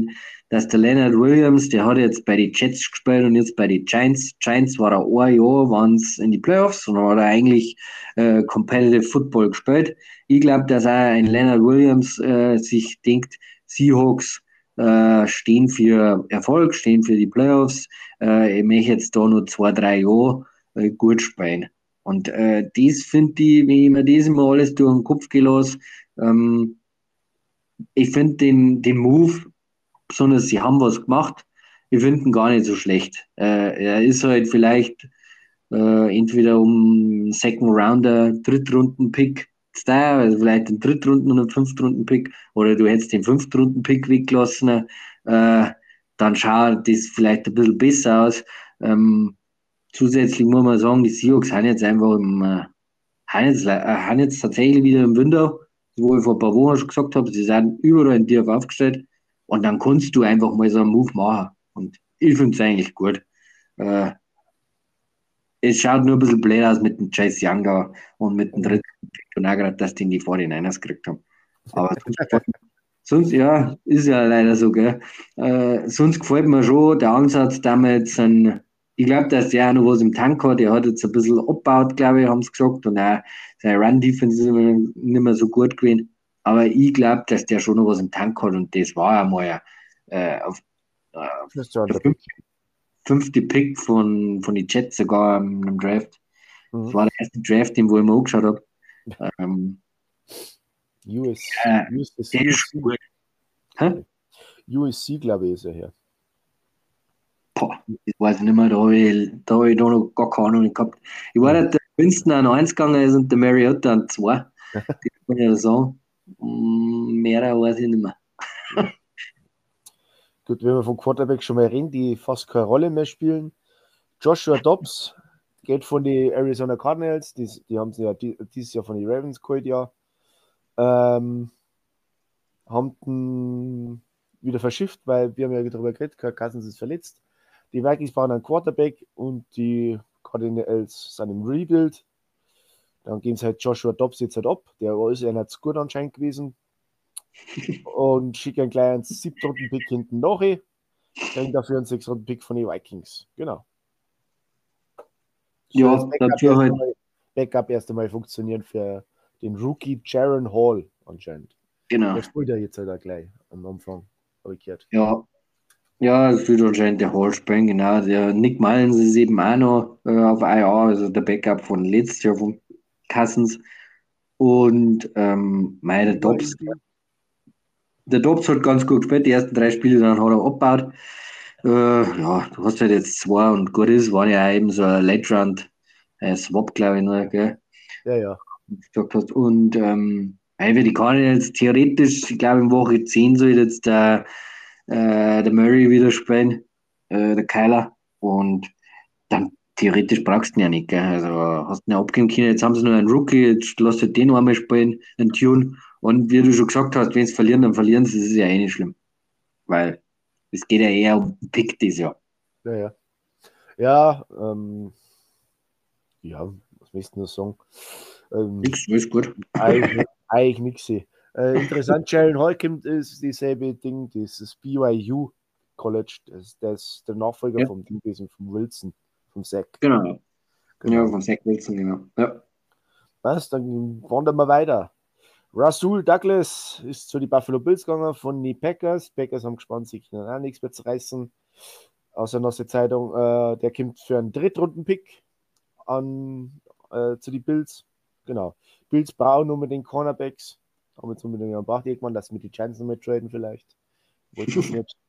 dass der Leonard Williams, der hat jetzt bei den Jets gespielt und jetzt bei den Giants. Giants war er ein Jahr, waren es in die Playoffs und dann hat er eigentlich äh, Competitive Football gespielt. Ich glaube, dass auch ein Leonard Williams äh, sich denkt, Seahawks äh, stehen für Erfolg, stehen für die Playoffs. Äh, ich möchte jetzt da noch zwei, drei Jahre äh, gut spielen. Und äh, das finde ich, wenn ich mir das immer alles durch den Kopf gelasse, ähm, ich finde den, den Move, besonders sie haben was gemacht, ich finde ihn gar nicht so schlecht. Äh, er ist halt vielleicht äh, entweder um Second Rounder, Drittrunden-Pick, also vielleicht den Drittrunden- und Fünftrunden-Pick, oder du hättest den Fünftrunden-Pick weggelassen, äh, dann schaut das vielleicht ein bisschen besser aus. Ähm, zusätzlich muss man sagen, die Seahawks haben jetzt einfach im, äh, haben jetzt, äh, haben jetzt tatsächlich wieder im Winter, wo ich vor ein paar Wochen schon gesagt habe, sie sind überall in tief aufgestellt und dann kannst du einfach mal so einen Move machen. Und ich finde es eigentlich gut. Äh, es schaut nur ein bisschen blöd aus mit dem Chase Young da und mit dem dritten Pick und auch gerade, dass die in die forty-niners gekriegt haben. Aber sonst, sonst, ja, ist ja leider so, gell. Äh, sonst gefällt mir schon der Ansatz damit, sind, ich glaube, dass der auch noch was im Tank hat. Der hat jetzt ein bisschen abgebaut, glaube ich, haben sie gesagt. Und auch seine Run-Defense ist immer nicht mehr so gut gewesen. Aber ich glaube, dass der schon noch was im Tank hat und das war einmal äh, auf, äh, Das ist ja der der fünfte, fünfte Pick von, von den Jets sogar im, im Draft. Das Mhm. war der erste Draft, den wo ich mir angeschaut habe. Ähm, U S, äh, U S, der ist U S C, gut. Hä? U S C, glaube ich, ist er her. Boah, ich weiß nicht mehr, da habe ich, da hab ich da noch gar keine Ahnung gehabt. Ich war, dass der Winston an eins gegangen ist und der Mariota an zwei. Das kann ich ja sagen. Mm, Mehr weiß ich nicht mehr. Gut, wenn wir vom Quarterback schon mal reden, die fast keine Rolle mehr spielen. Joshua Dobbs geht von den Arizona Cardinals, die, die haben sie ja die, dieses Jahr von den Ravens geholt, ja. Ähm, haben den wieder verschifft, weil wir haben ja darüber geredet, Kirk Cousins ist verletzt. Die Vikings brauchen einen Quarterback und die Cardinals sind im Rebuild. Dann gehen sie halt Joshua Dobbs jetzt halt ab. Der ist ja nicht so gut anscheinend gewesen. Und schicken gleich einen siebten-Runden-Pick hinten nach. Kriegen dafür einen sechs-Runden-Pick von den Vikings. Genau. Soll Ja, als Backup dazu erst, halt, einmal, Backup erst einmal funktionieren für den Rookie Jaron Hall anscheinend. genau. Der spielt ja jetzt halt auch gleich am Anfang. Habe ich gehört. Ja, ja, es wird anscheinend der Hall spielen, genau. Der Nick Mullins ist eben auch noch äh, auf I R, also der Backup von letztes Jahr von Cousins. Und ähm, mei, der Dobbs, der Dobbs hat ganz gut gespielt, die ersten drei Spiele, dann hat er abgebaut. Äh, ja, du hast halt jetzt zwei und gut ist, war ja auch eben so ein Late Round äh, Swap, glaube ich, nur, gell, Ja, ja. wie du gesagt hast. Und ähm, für die Cardinals theoretisch, ich glaube, in Woche zehn soll jetzt der, äh, der Murray wieder spielen, äh, der Kyler. Und dann theoretisch brauchst du ihn ja nicht, gell? Also hast du ihn ja abgeben können. Jetzt haben sie nur einen Rookie, jetzt lass du den einmal spielen, einen Tune. Und wie du schon gesagt hast, wenn sie verlieren, dann verlieren sie, das ist ja eh nicht schlimm. Weil es geht ja eher um den Pick dieses Jahr. Ja, ja. Ja, ähm, ja, was willst du nur sagen? Ähm, Nix, alles gut. eigentlich eigentlich nichts. Äh, interessant, Jaron Hall kommt ist dieselbe Ding, dieses B Y U College, das, das ist der Nachfolger Ja, vom Ding gewesen, vom Wilson, vom Zach. genau. Ja, Genau. von Zach Wilson, genau. Ja. Was? Dann wandern wir weiter. Rasul Douglas ist zu den Buffalo Bills gegangen von den Packers. Packers haben gespannt, sich dann auch nichts mehr zu reißen. Außer noch die Zeitung, äh, der kommt für einen Drittrunden-Pick an, äh, zu den Bills. Genau. Bills brauchen unbedingt Cornerbacks. Haben jetzt unbedingt einen Bach irgendwann, dass wir die Chancen mit traden vielleicht. Wollte es nicht.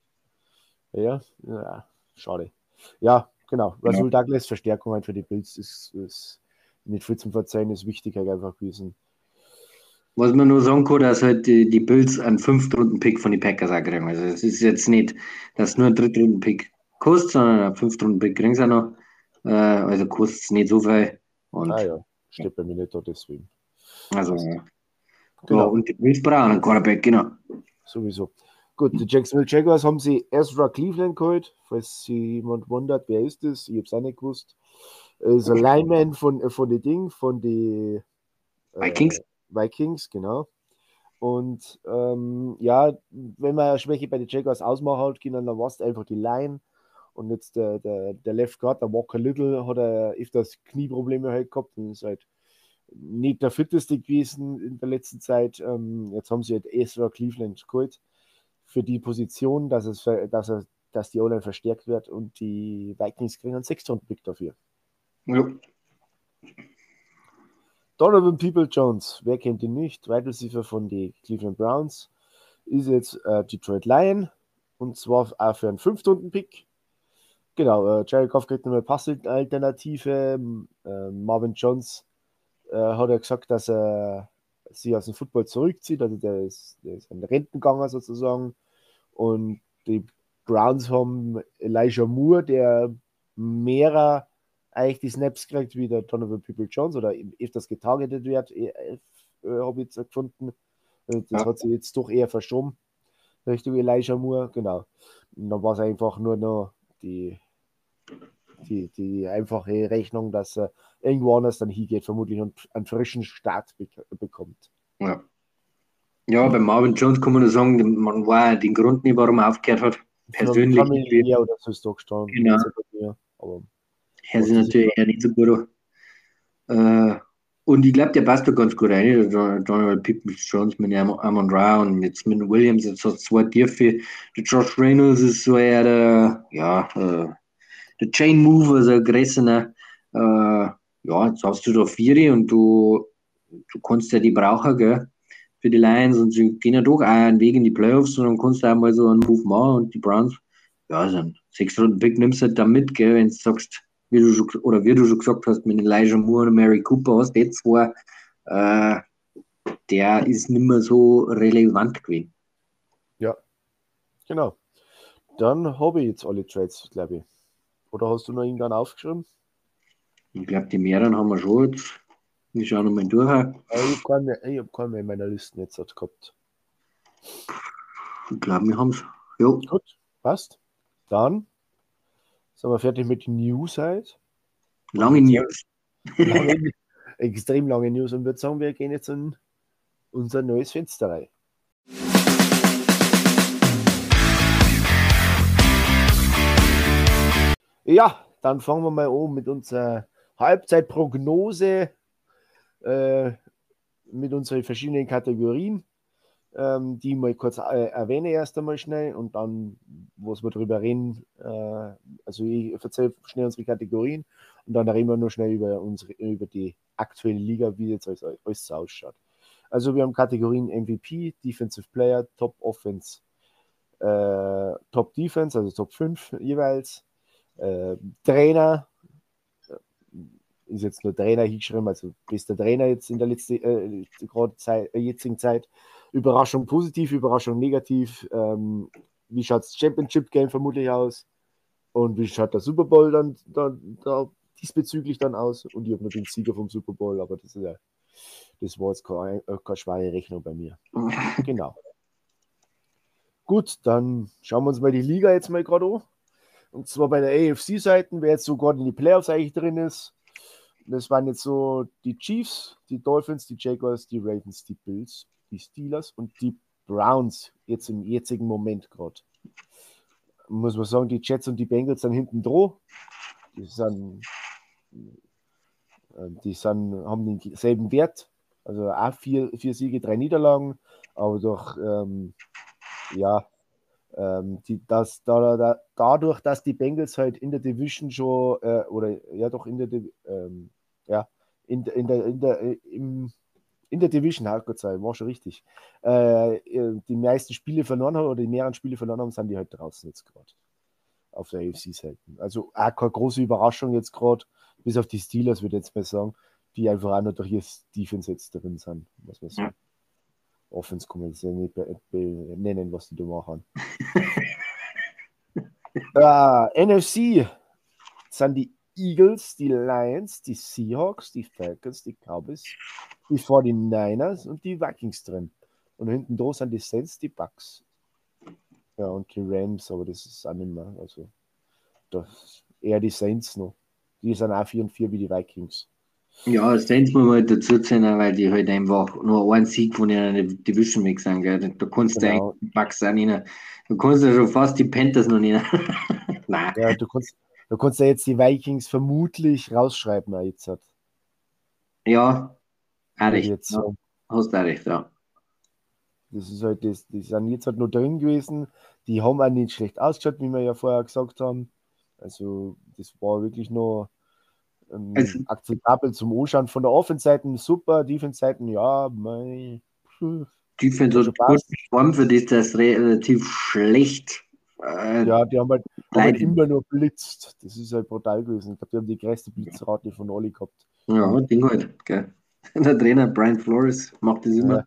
Ja, ja, schade. Ja, genau. Genau. Rasul Douglas, Verstärkung halt für die Bills ist, ist nicht viel zum Verzeihen, ist wichtig halt einfach gewesen. Was man nur sagen kann, dass halt die, die Bills einen Fünftrunden-Pick von den Packers auch kriegen. Also es ist jetzt nicht, dass nur ein Drittrunden-Pick kostet, sondern ein Fünftrunden-Pick kriegen sie auch noch. Äh, also kostet es nicht so viel. Ah Und ja, steht bei mir nicht da, deswegen. also, Passt. ja, Genau, und die Bills brauchen einen Quarterback, genau. sowieso. Gut, die Jacksonville Jaguars haben sie Ezra Cleveland geholt, falls sich jemand wundert, wer ist das? Ich habe es auch nicht gewusst. Ist ein Lineman von, von den Ding, von den äh, Vikings? Vikings, genau. Und ähm, ja, wenn man Schwäche bei den Jaguars ausmacht, dann war es einfach die Line. Und jetzt der, der, der Left Guard, der Walker Little, hat er öfters Knieprobleme halt gehabt und ist halt nicht der fitteste gewesen in der letzten Zeit. Ähm, jetzt haben sie halt Ezra Cleveland geholt für die Position, dass, es, dass, er, dass die O-Line verstärkt wird und die Vikings kriegen einen Sechstrunden-Pick dafür. Ja. Donovan Peoples-Jones, wer kennt ihn nicht? Wide Receiver von den Cleveland Browns, ist jetzt äh, Detroit Lion und zwar auch für einen Fünf-Stunden-Pick. Genau, äh, Jared Goff kriegt eine Passalternative. Äh, Marvin Jones äh, hat ja gesagt, dass er sich aus dem Football zurückzieht, also der ist, der ist ein Rentenganger sozusagen. Und die Browns haben Elijah Moore, der mehrer eigentlich die Snaps kriegt wie der Donovan Peoples-Jones oder öfters getargetet wird, äh, äh, habe ich jetzt gefunden. Das Ja. hat sich jetzt doch eher verschoben Richtung Elijah Moore, genau. Und dann war es einfach nur noch die, die, die einfache Rechnung, dass er irgendwo anders dann hingeht, vermutlich und einen frischen Start be bekommt. Ja. Ja, bei Marvin Jones kann man nur sagen, man war den Grund nicht, warum er aufgehört hat. Persönlich. Familiär oder so ist da gestanden. Genau. Mir, aber Er ist natürlich eher nicht so gut. Äh, und ich glaube, der passt da ganz gut rein, der Donald Peoples Jones mit dem Amon Ra und jetzt mit dem Williams, jetzt hat es zwei Tiefe. Der Josh Reynolds ist so eher der, ja, äh, der Chain Mover, so aggressioner. Äh, ja, jetzt hast du da vier und du, du kannst ja die brauchen, gell, für die Lions und sie gehen ja doch auch einen Weg in die Playoffs und dann kannst du auch mal so einen Move machen und die Browns, ja, so ein Sechs-Runden-Pick nimmst du halt da mit, gell, wenn du sagst, wie du schon, oder wie du schon gesagt hast, mit Elijah Moore und Mary Cooper hast, jetzt zwei, äh, der ist nicht mehr so relevant gewesen. Ja, genau. Dann habe ich jetzt alle Trades, glaube ich. Oder hast du noch irgendwann aufgeschrieben? Ich glaube, die mehreren haben wir schon jetzt. Wir schauen nochmal durch. Ich habe keinen mehr, hab keinen mehr in meiner Liste jetzt gehabt. Ich glaube, wir haben es. Ja. Gut, passt. Dann sind wir fertig mit den News halt. Lange News. Lange, extrem lange News und würde sagen, wir gehen jetzt in unser neues Fenster rein. Ja, dann fangen wir mal an mit unserer Halbzeitprognose, äh, mit unseren verschiedenen Kategorien, ähm, die ich mal kurz äh, erwähne erst einmal schnell und dann, was wir darüber reden, äh, also ich erzähle schnell unsere Kategorien und dann reden wir nur schnell über, unsere, über die aktuelle Liga, wie jetzt alles, alles so ausschaut. Also wir haben Kategorien M V P, Defensive Player, Top Offense, äh, Top Defense, also Top fünf jeweils, äh, Trainer, ist jetzt nur Trainer hingeschrieben, also bester Trainer jetzt in der letzten, äh, gerade Zeit, äh, jetzigen Zeit. Überraschung positiv, Überraschung negativ. Ähm, wie schaut das Championship Game vermutlich aus? Und wie schaut der Super Bowl dann, dann da diesbezüglich dann aus? Und ich habe nur den Sieger vom Super Bowl, aber das ist ja, das war jetzt keine, keine schwere Rechnung bei mir. Genau. Gut, dann schauen wir uns mal die Liga jetzt mal gerade an. Und zwar bei der A F C-Seite, wer jetzt so gerade in die Playoffs eigentlich drin ist. Das waren jetzt so die Chiefs, die Dolphins, die Jaguars, die Ravens, die Bills, die Steelers und die Browns jetzt im jetzigen Moment gerade. Muss man sagen, die Jets und die Bengals sind hinten dran. Die sind, die sind, haben denselben Wert. Also auch vier, vier Siege, drei Niederlagen. Aber durch, ähm, ja, ähm, die, das, da, da, dadurch, dass die Bengals halt in der Division schon, äh, oder ja doch in der, ähm, ja, in, in der, in der, im, in der Division, halt Gott sei Dank, war schon richtig, äh, die meisten Spiele verloren haben oder die mehreren Spiele verloren haben, sind die halt draußen jetzt gerade auf der A F C-Seite. Also auch keine große Überraschung jetzt gerade, bis auf die Steelers, würde ich jetzt mal sagen, die einfach auch noch durch ihr Defense jetzt drin sind, muss man sagen. Ja. Offense kann man jetzt ja nicht nennen, was die da machen. uh, N F C sind die Eagles, die Lions, die Seahawks, die Falcons, die Cowboys, die forty-niners und die Vikings drin. Und hinten da sind die Saints, die Bucks. Ja, und die Rams, aber das ist auch nicht mehr. Also, das eher die Saints noch. Die sind auch vier und vier wie die Vikings. Ja, das Saints muss man halt dazu zählen, weil die halt einfach nur einen Sieg von ihrer Division weg sind. Gell? Da kannst du eigentlich Genau. die Bucks auch nicht. Da kannst du ja schon fast die Panthers noch nicht. Nein. Ja, du kannst, du kannst ja jetzt die Vikings vermutlich rausschreiben, auch jetzt hat, Ja, auch würde ich recht. jetzt Ja, sagen. hast du auch recht, ja. Das ist halt das, die sind jetzt halt nur drin gewesen. Die haben auch nicht schlecht ausgeschaut, wie wir ja vorher gesagt haben. Also, das war wirklich nur ähm, Also, akzeptabel zum Anschauen. Von der Offense-Seite super, Defense-Seiten, ja, mei, puh, Defense hat schon hat gut passt. performt, für das das relativ schlecht äh, Ja, die haben halt, haben halt leidet. immer nur blitzt. Das ist halt brutal gewesen. Ich glaube, die haben die größte Blitzrate von alle gehabt. Ja, Mit, Ding halt. Gell. Der Trainer Brian Flores macht das ja, immer.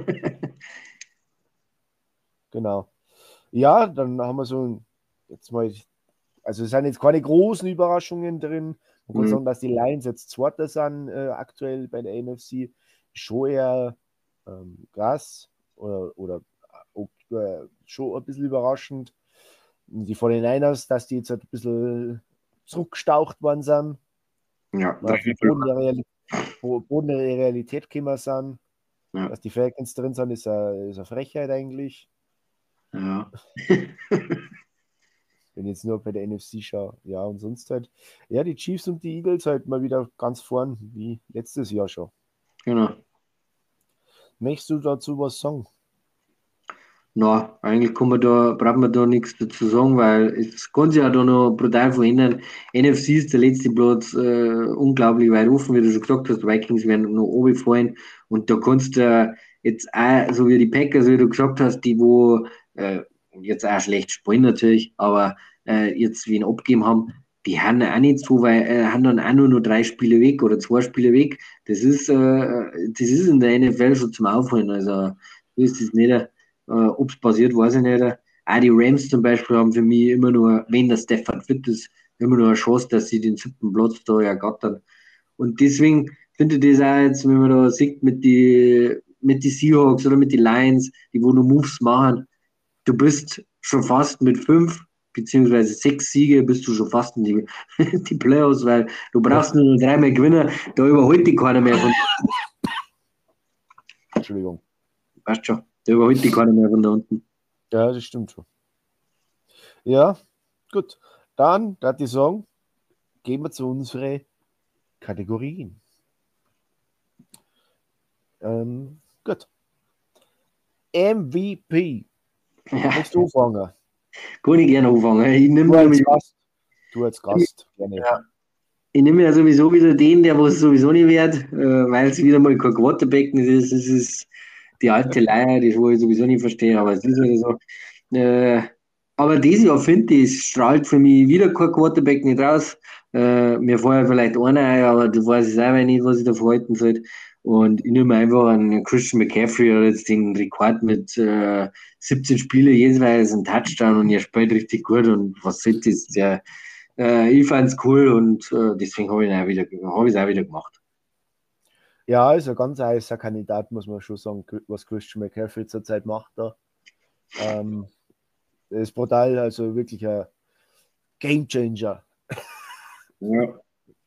genau. Ja, dann haben wir so ein, jetzt mal, also es sind jetzt keine großen Überraschungen drin. Man kann Mhm. sagen, dass die Lions jetzt Zweiter sind äh, aktuell bei der N F C. Schon eher ähm, krass oder, oder äh, schon ein bisschen überraschend. Und die forty-niners, dass die jetzt halt ein bisschen zurückgestaucht worden sind, Ja, mal auf den Boden der, Realität, Boden der Realität gekommen sind. ja, Dass die Falcons drin sind, ist eine, ist eine Frechheit eigentlich. ja. Wenn ich jetzt nur bei der N F C schaue. Ja, und sonst halt, ja, die Chiefs und die Eagles halt mal wieder ganz vorn, wie letztes Jahr schon. Genau. Möchtest du dazu was sagen? Na, eigentlich kann man da, braucht man da nichts dazu sagen, weil es kann sich ja da noch brutal verändern. N F C ist der letzte Platz äh, unglaublich weit offen, wie du schon gesagt hast. Vikings werden noch oben fallen und da kannst du jetzt auch, so wie die Packers, wie du gesagt hast, die wo äh, jetzt auch schlecht spielen natürlich, aber äh, jetzt wen abgeben haben, die haben auch nicht so, weil äh, haben dann auch nur noch drei Spiele weg oder zwei Spiele weg. Das ist, äh, das ist in der N F L schon zum Aufholen. Also so ist es nicht. Äh, Ob es passiert, weiß ich nicht. Auch die Rams zum Beispiel haben für mich immer nur, wenn der Stefan fit ist, immer nur eine Chance, dass sie den siebten Platz da ergattern. Und deswegen finde ich das auch jetzt, wenn man da sieht mit die, mit die Seahawks oder mit die Lions, die wo nur Moves machen, du bist schon fast mit fünf beziehungsweise sechs Siege bist du schon fast in die, die Playoffs, weil du Ja, brauchst nur noch dreimal Gewinner, da überholt die keiner mehr von, Entschuldigung. weißt schon, da überholt die keiner mehr von da unten. Ja, das stimmt schon. Ja, gut. Dann, da ich sagen, gehen wir zu unseren Kategorien. Ähm, gut. M V P. Ja, Möchtest du anfangen? kann ich gerne anfangen. Ich Du nehme als nämlich, Gast. Du als Gast. Gerne. ja, ich nehme ja sowieso wieder den, der was sowieso nicht wird, äh, weil es wieder mal kein Quarterback ist. Es ist die alte Leier, die wo ich sowieso nicht verstehe, aber es ist halt so. Äh, aber dieses Jahr finde ich, es strahlt für mich wieder kein Quarterback nicht raus. Äh, mir vorher vielleicht einer ein, aber du weißt es auch nicht, was ich da verhalten soll. Und ich nehme einfach einen Christian McCaffrey oder jetzt den Rekord mit äh, siebzehn Spiele jeweils einen Touchdown und er spielt richtig gut und was soll das? Der, äh, ich fand es cool und äh, deswegen habe ich es auch wieder, hab ich's auch wieder gemacht. Ja, ist ein ganz heißer Kandidat, muss man schon sagen, was Christian McCaffrey zurzeit macht da. Ähm, das ist brutal, also wirklich ein Gamechanger. Ja,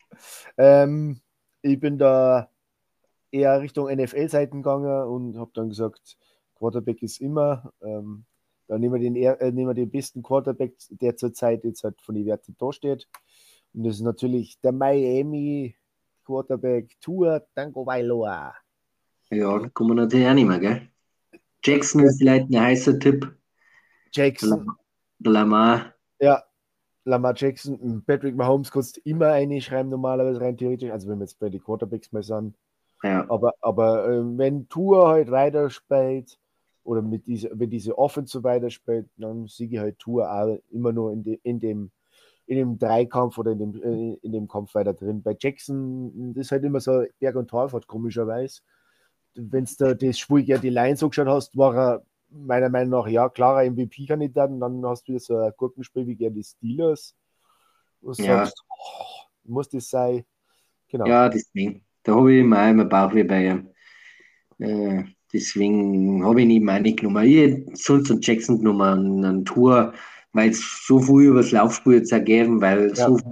Ähm, ich bin da eher Richtung N F L-Seiten gegangen und habe dann gesagt, Quarterback ist immer. Ähm, dann nehmen wir, den, äh, nehmen wir den besten Quarterback, der zurzeit jetzt halt von den Werten da steht. Und das ist natürlich der Miami Quarterback Tua Tagovailoa. ja, kann man natürlich auch nicht mehr, gell? Jackson Ja, ist vielleicht ein heißer Tipp. Der Jackson, Lam- der Lamar, ja, Lamar Jackson, Patrick Mahomes kannst du immer einschreiben, normalerweise rein theoretisch. Also, wenn wir jetzt bei den Quarterbacks mal sind. ja, Aber, aber äh, wenn Tour halt weiterspielt oder mit diese, wenn diese Offense so weiterspielt, dann siege ich halt Tour auch immer nur in, de, in, dem, in dem Dreikampf oder in dem, äh, in dem Kampf weiter drin. Bei Jackson, das ist halt immer so Berg- und Talfahrt, komischerweise. Wenn du das Spiel ja die Lions angeschaut hast, war er meiner Meinung nach ja klarer M V P-Kandidat und dann hast du wieder so ein Gurkenspiel wie gegen die Steelers, wo du ja, sagst, oh, muss das sein? Genau. ja, deswegen. Da habe ich immer, immer Bauchweh bei ihm. Äh, deswegen habe ich ihn eben auch nicht genommen. Ich hätte sonst einen Jackson genommen, einen, einen Tour, weil es so viel über das Laufspiel jetzt ergeben, weil Ja, so viel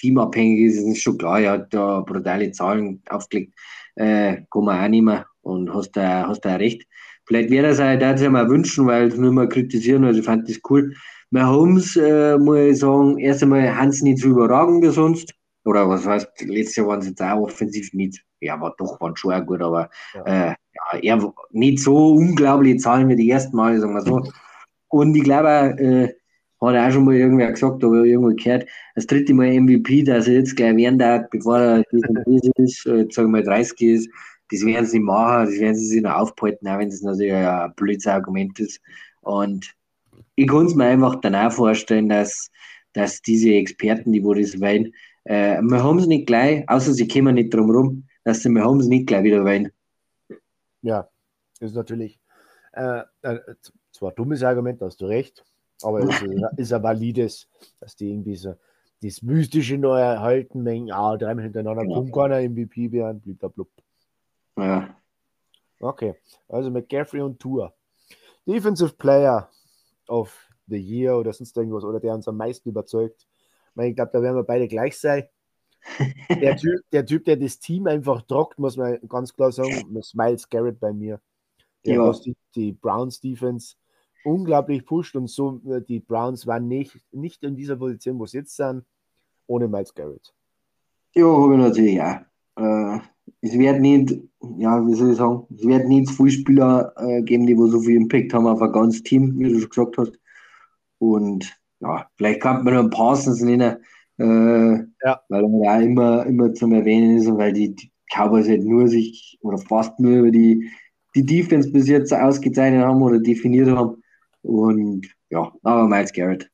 teamabhängig ist, ist schon klar, er hat da brutale Zahlen aufgelegt, äh, kann man auch nehmen und hast da, hast da recht. Vielleicht wäre das auch, das mal wünschen, weil es nur mal kritisieren, also ich fand das cool. Mahomes, äh, muss ich sagen, erst einmal haben sie nicht so überragend wie sonst. Oder was heißt, letztes Jahr waren sie jetzt auch offensiv nicht. Ja, aber doch, waren schon auch gut, aber Ja. äh, ja, eher nicht so unglaubliche Zahlen wie die ersten Mal, sagen wir so. Und ich glaube, äh, hat auch schon mal irgendwer gesagt, aber irgendwo gehört, das dritte Mal M V P, dass er jetzt gleich werden darf, bevor er das und das ist, äh, jetzt sagen wir mal dreißig ist, das werden sie nicht machen, das werden sie sich noch aufhalten, auch wenn das natürlich ein blödes Argument ist. Und ich kann es mir einfach dann auch vorstellen, dass, dass diese Experten, die wo das wollen, äh, wir haben es nicht gleich, außer sie kommen nicht drum rum, dass sie wir haben es nicht gleich wieder wollen. Ja, ist natürlich äh, äh, zwar ein dummes Argument, da hast du recht, aber es ist, ist ein valides, dass die irgendwie so das Mystische neu erhalten, mengen, ah, dreimal hintereinander, Genau. kaum kann er M V P werden, blub. Ja. Okay, also McCaffrey und Tour. Defensive Player of the Year oder sonst irgendwas, oder der uns am meisten überzeugt. Ich, meine, ich glaube, da werden wir beide gleich sein. Der typ, der typ, der das Team einfach trockt, muss man ganz klar sagen, ist Myles Garrett bei mir. Der Ja. was die, die Browns Defense unglaublich pusht und so, die Browns waren nicht, nicht in dieser Position, wo sie jetzt sind, ohne Myles Garrett. Ja, habe ich natürlich auch. Äh, es wird nicht, ja, wie soll ich sagen, es wird nicht so viele Spieler äh, geben, die wo so viel Impact haben auf ein ganzes Team, wie du schon gesagt hast. Und ja, vielleicht kann man noch einen Parsons nennen, äh, Ja. weil er auch immer, immer zum Erwähnen ist und weil die, die Cowboys halt nur sich oder fast nur über die, die Defense bis jetzt ausgezeichnet haben oder definiert haben. Und ja, aber Myles Garrett.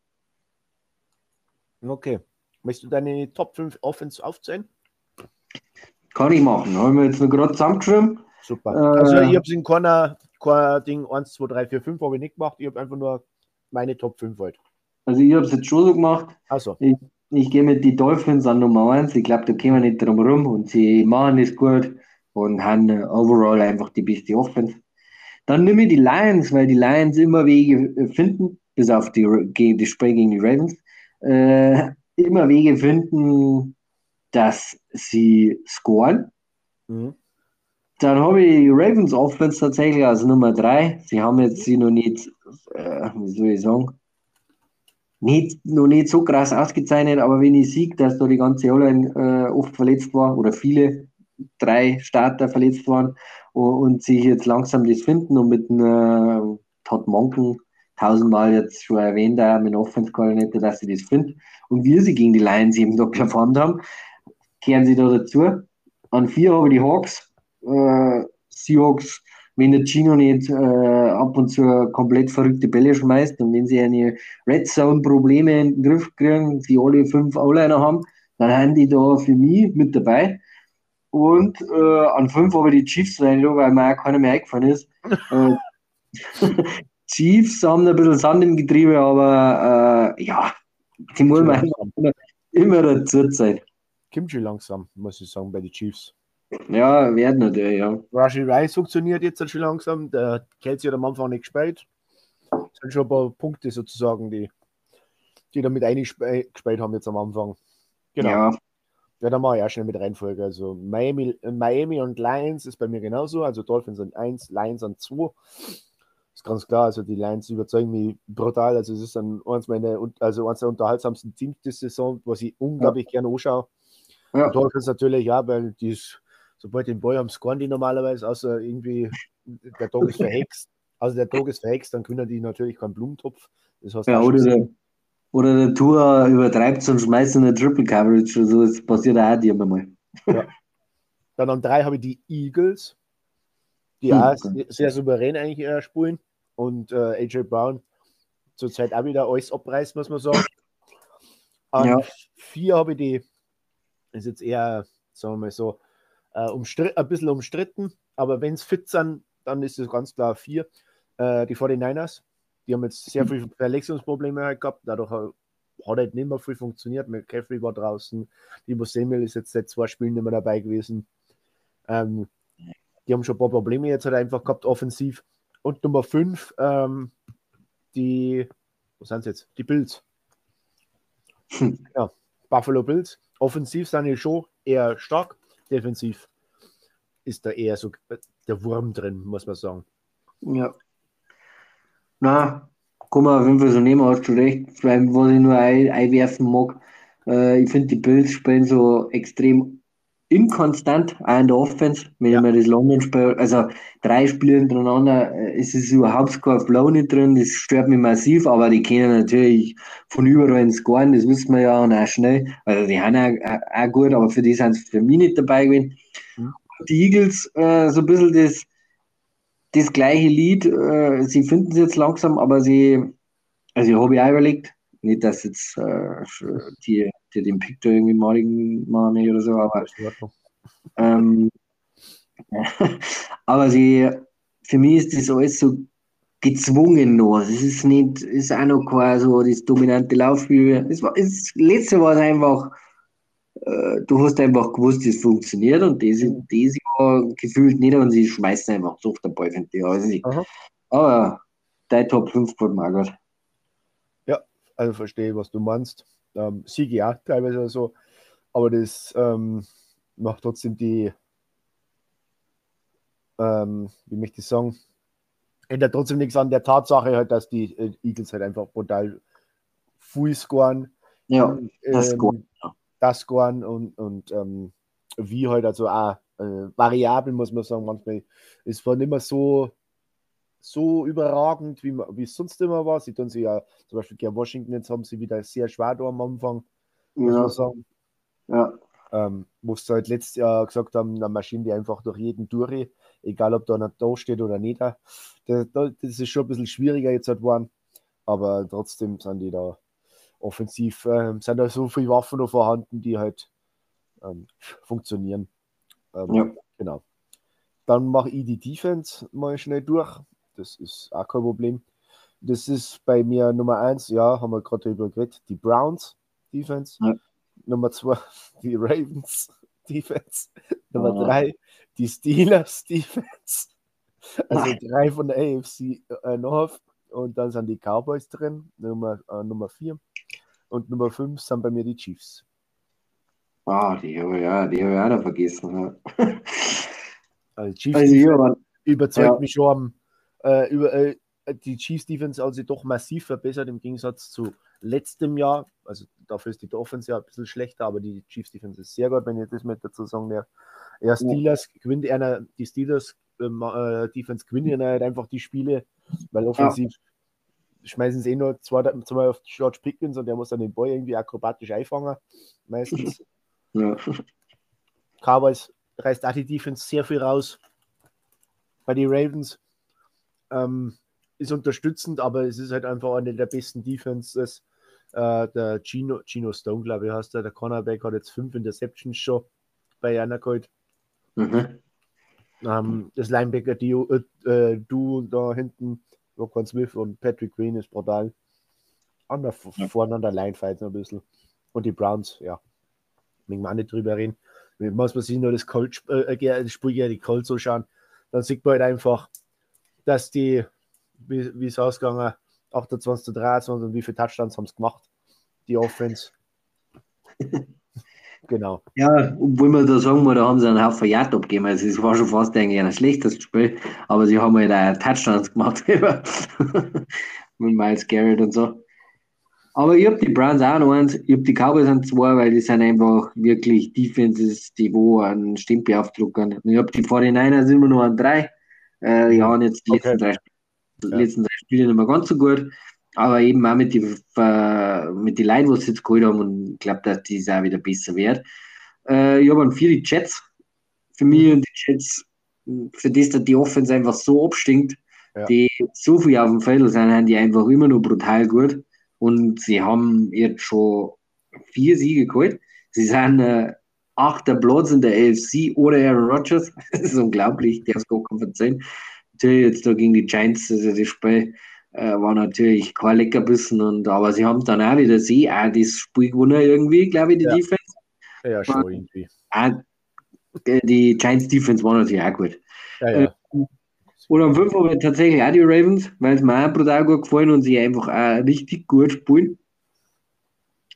Okay. Möchtest du deine Top fünf Offense aufzählen? Kann ich machen. Haben wir jetzt noch gerade zusammengeschrieben. Super. Äh, Also ich habe es in keiner, keiner Ding eins, zwei, drei, vier, fünf habe ich nicht gemacht. Ich habe einfach nur meine Top fünf halt. Also ich habe es jetzt schon so gemacht. Also. Ich, ich gehe mit den Dolphins an Nummer eins. Ich glaube, da kommen wir nicht drum rum und sie machen das gut und haben äh, overall einfach die beste Offense. Dann nehme ich die Lions, weil die Lions immer Wege äh, finden, bis auf die, gegen, das Spiel gegen die Ravens, äh, immer Wege finden, dass sie scoren. Mhm. Dann habe ich die Ravens Offense tatsächlich als Nummer drei. Sie haben jetzt sie noch nicht, äh, wie soll ich sagen, nicht, noch nicht so krass ausgezeichnet, aber wenn ich sehe, dass da die ganze O-Line äh, oft verletzt war oder viele, drei Starter verletzt waren und, und sich jetzt langsam das finden und mit einem äh, Todd Monken tausendmal jetzt schon erwähnt, auch mit Offense Coordinator, dass sie das finden und wir sie gegen die Lions eben da performt haben, kehren sie da dazu. An vier habe ich die Hawks, äh, Seahawks, wenn der Gino nicht äh, ab und zu komplett verrückte Bälle schmeißt und wenn sie eine Red Zone Probleme in den Griff kriegen, die alle fünf O-Liner haben, dann haben die da für mich mit dabei. Und äh, an fünf habe ich die Chiefs rein, weil mir auch keiner mehr eingefallen ist. Äh, Chiefs haben ein bisschen Sand im Getriebe, aber äh, ja, die muss man immer, immer dazu sein. Kommt schon langsam, muss ich sagen, bei den Chiefs. Ja, werden natürlich, ja. Rashi Rice funktioniert jetzt halt schon langsam. Der Kelsey hat am Anfang nicht gespielt. Es sind schon ein paar Punkte sozusagen, die, die da mit eingespielt haben jetzt am Anfang. Genau. Ja. Ja, da mache ich auch schnell mit Reihenfolge. Also Miami, Miami und Lions ist bei mir genauso. Also Dolphins an eins, Lions an zwei. Ist ganz klar, also die Lions überzeugen mich brutal. Also es ist dann eins, meine, also eins der unterhaltsamsten Teams der Saison, was ich unglaublich ja. gerne anschaue. Ja. Die Dolphins natürlich, ja, weil die ist, sobald den Ball haben, scoren die normalerweise, außer irgendwie der Tag ist verhext. Also der Tag ist verhext, dann können die natürlich keinen Blumentopf. Das heißt, ja, oder der, oder der Tour übertreibt es und schmeißt eine Triple Coverage. Also das passiert auch dir mal. Ja. Dann an drei habe ich die Eagles, die hm, auch okay. sehr souverän eigentlich äh, spielen. Und äh, A J Brown zurzeit auch wieder alles abreißt, muss man sagen. An ja. vier habe ich die, ist jetzt eher, sagen wir mal so, äh, ein bisschen umstritten, aber wenn es fit sind, dann ist es ganz klar vier. Äh, die forty-niners, die haben jetzt sehr viele Verletzungsprobleme halt gehabt, dadurch hat halt nicht mehr viel funktioniert. McCaffrey war draußen, Deebo Samuel ist jetzt seit zwei Spielen nicht mehr dabei gewesen. Ähm, die haben schon ein paar Probleme jetzt halt einfach gehabt, offensiv. Und Nummer fünf, ähm, die, wo sind sie jetzt? Die Bills. Hm. Ja, Buffalo Bills. offensiv sind die schon eher stark, defensiv ist da eher so der Wurm drin, muss man sagen. Ja. Na, kann man auf jeden Fall so nehmen, hast du recht. Vor allem, was ich nur ein, einwerfen mag, äh, ich finde, die Bills spielen so extrem inkonstant, auch in der Offense, wenn Ja. ich mir das London-Spiel, also drei Spiele hintereinander, äh, es ist überhaupt kein Flow nicht drin, das stört mich massiv, aber die können natürlich von überall scoren, das wissen wir ja, und auch schnell, also die haben auch, auch gut, aber für die sind es für mich nicht dabei gewesen. Mhm. Die Eagles, äh, so ein bisschen das, das gleiche Lied, äh, sie finden es jetzt langsam, aber sie, also ich habe ja auch überlegt, nicht, dass jetzt äh, die, die den Pick da irgendwie maligen machen oder so, aber Das ist in Ordnung. ähm, aber sie, für mich ist das alles so gezwungen noch. Es ist nicht, ist auch noch kein so das dominante Laufspiel. Es war, das letzte war es einfach, äh, du hast einfach gewusst, es funktioniert und das, das Jahr gefühlt nicht und sie schmeißen einfach durch den Ball, finde ich. Also ich, Aha. aber dein Top fünf gefällt mir auch gut. Ja, also verstehe, was du meinst. Ähm, Siege ja teilweise so, aber das ähm, macht trotzdem die, ähm, wie möchte ich sagen, ändert trotzdem nichts an der Tatsache, halt, dass die äh, Eagles halt einfach brutal viel scoren, Ja, das ist gut. ähm, das scoren und, und ähm, wie halt, also auch äh, variabel, muss man sagen, manchmal. Es war nicht mehr so, so überragend, wie, man- wie es sonst immer war. Sie tun sich ja, zum Beispiel gegen Washington, jetzt haben sie wieder sehr schwer da am Anfang, muss Ja, man sagen. ja, Ähm, wo sie halt letztes Jahr gesagt haben, dann marschieren die einfach durch jeden durch, egal ob da einer da steht oder nicht. Das, das ist schon ein bisschen schwieriger jetzt halt geworden, aber trotzdem sind die da offensiv, ähm, sind da so viele Waffen noch vorhanden, die halt ähm, funktionieren. Ähm, ja. Genau. Dann mache ich die Defense mal schnell durch. Das ist auch kein Problem. Das ist bei mir Nummer eins, ja, haben wir gerade darüber geredet, die Browns Defense. Ja. Nummer zwei, die Ravens Defense. Nummer Ah. drei, die Steelers Defense. Also drei von der A F C äh, North. Und dann sind die Cowboys drin, Nummer, äh, Nummer vier. Und Nummer fünf sind bei mir die Chiefs. Ah, die habe ich, ja, die habe ich auch noch vergessen. Ja. Also Chiefs Also hier Defense waren, überzeugt ja, mich schon am, äh, über, äh, die Chiefs Defense also doch massiv verbessert im Gegensatz zu letztem Jahr. Also dafür ist die Offense ja ein bisschen schlechter, aber die Chiefs Defense ist sehr gut, wenn ich das mit dazu sagen darf. Ja, Steelers gewinnt einer, die Steelers ähm, äh, Defense gewinnt halt einfach die Spiele, weil offensiv schmeißen sie eh nur zwei, zwei auf George Pickens und der muss dann den Ball irgendwie akrobatisch einfangen, meistens. ja. Cowboys reißt auch die Defense sehr viel raus. Bei den Ravens ähm, ist unterstützend, aber es ist halt einfach eine der besten Defenses. Äh, der Gino, Gino Stone, glaube ich, heißt der, der Cornerback, hat jetzt fünf Interceptions schon bei einer geholt. Mhm. Ähm, das Linebacker-Duo äh, Duo da hinten, Roquan Smith und Patrick Queen, ist brutal. An der, Ja. vorne an der Line fight noch ein bisschen. Und die Browns, ja, wenn wir auch nicht drüber reden. Muss man sich nur das, Colt, äh, das Spiel gegen die Colts so schauen, dann sieht man halt einfach, dass die, wie, wie es ausgegangen, achtundzwanzig zu dreiundzwanzig und wie viele Touchdowns haben es gemacht, die Offense. Genau. Ja, obwohl man da sagen muss, da haben sie einen Haufen Yard abgegeben. Also es war schon fast eigentlich ein schlechtes Spiel, aber sie haben halt auch Touchdowns gemacht mit Miles Garrett und so. Aber ich habe die Browns auch noch eins, ich habe die Cowboys an zwei, weil die sind einfach wirklich Defenses, die wo einen Stempel aufdrucken. Und ich habe die forty-niners immer noch an drei. Äh, die haben jetzt die Okay. letzten, drei, Ja. letzten drei Spiele nicht mehr ganz so gut. Aber eben auch mit den äh, mit die Leuten, die sie jetzt geholt haben, und ich glaube, dass die auch wieder besser wird. Äh, ich habe an vier die Jets. Für mich Mhm. und die Jets, für das, dass die Offense einfach so abstinkt, Ja. die so viel auf dem Feld sind, haben die einfach immer noch brutal gut. Und sie haben jetzt schon vier Siege geholt. Sie sind äh, achter Platz in der A F C ohne Aaron Rodgers. Das ist unglaublich, der ist gar kein Verzeihen. Natürlich jetzt da gegen die Giants, also das Spiel äh, war natürlich kein Leckerbissen. Und, aber sie haben dann auch wieder sie auch das Spiel gewonnen irgendwie, glaube ich, die Ja. Defense. Ja, schon irgendwie. Auch, äh, die Giants Defense war natürlich auch gut. Ja, ja. Äh, und am fünf habe ich tatsächlich auch die Ravens, weil es mir auch brutal gut gefallen und sie einfach auch richtig gut spielen.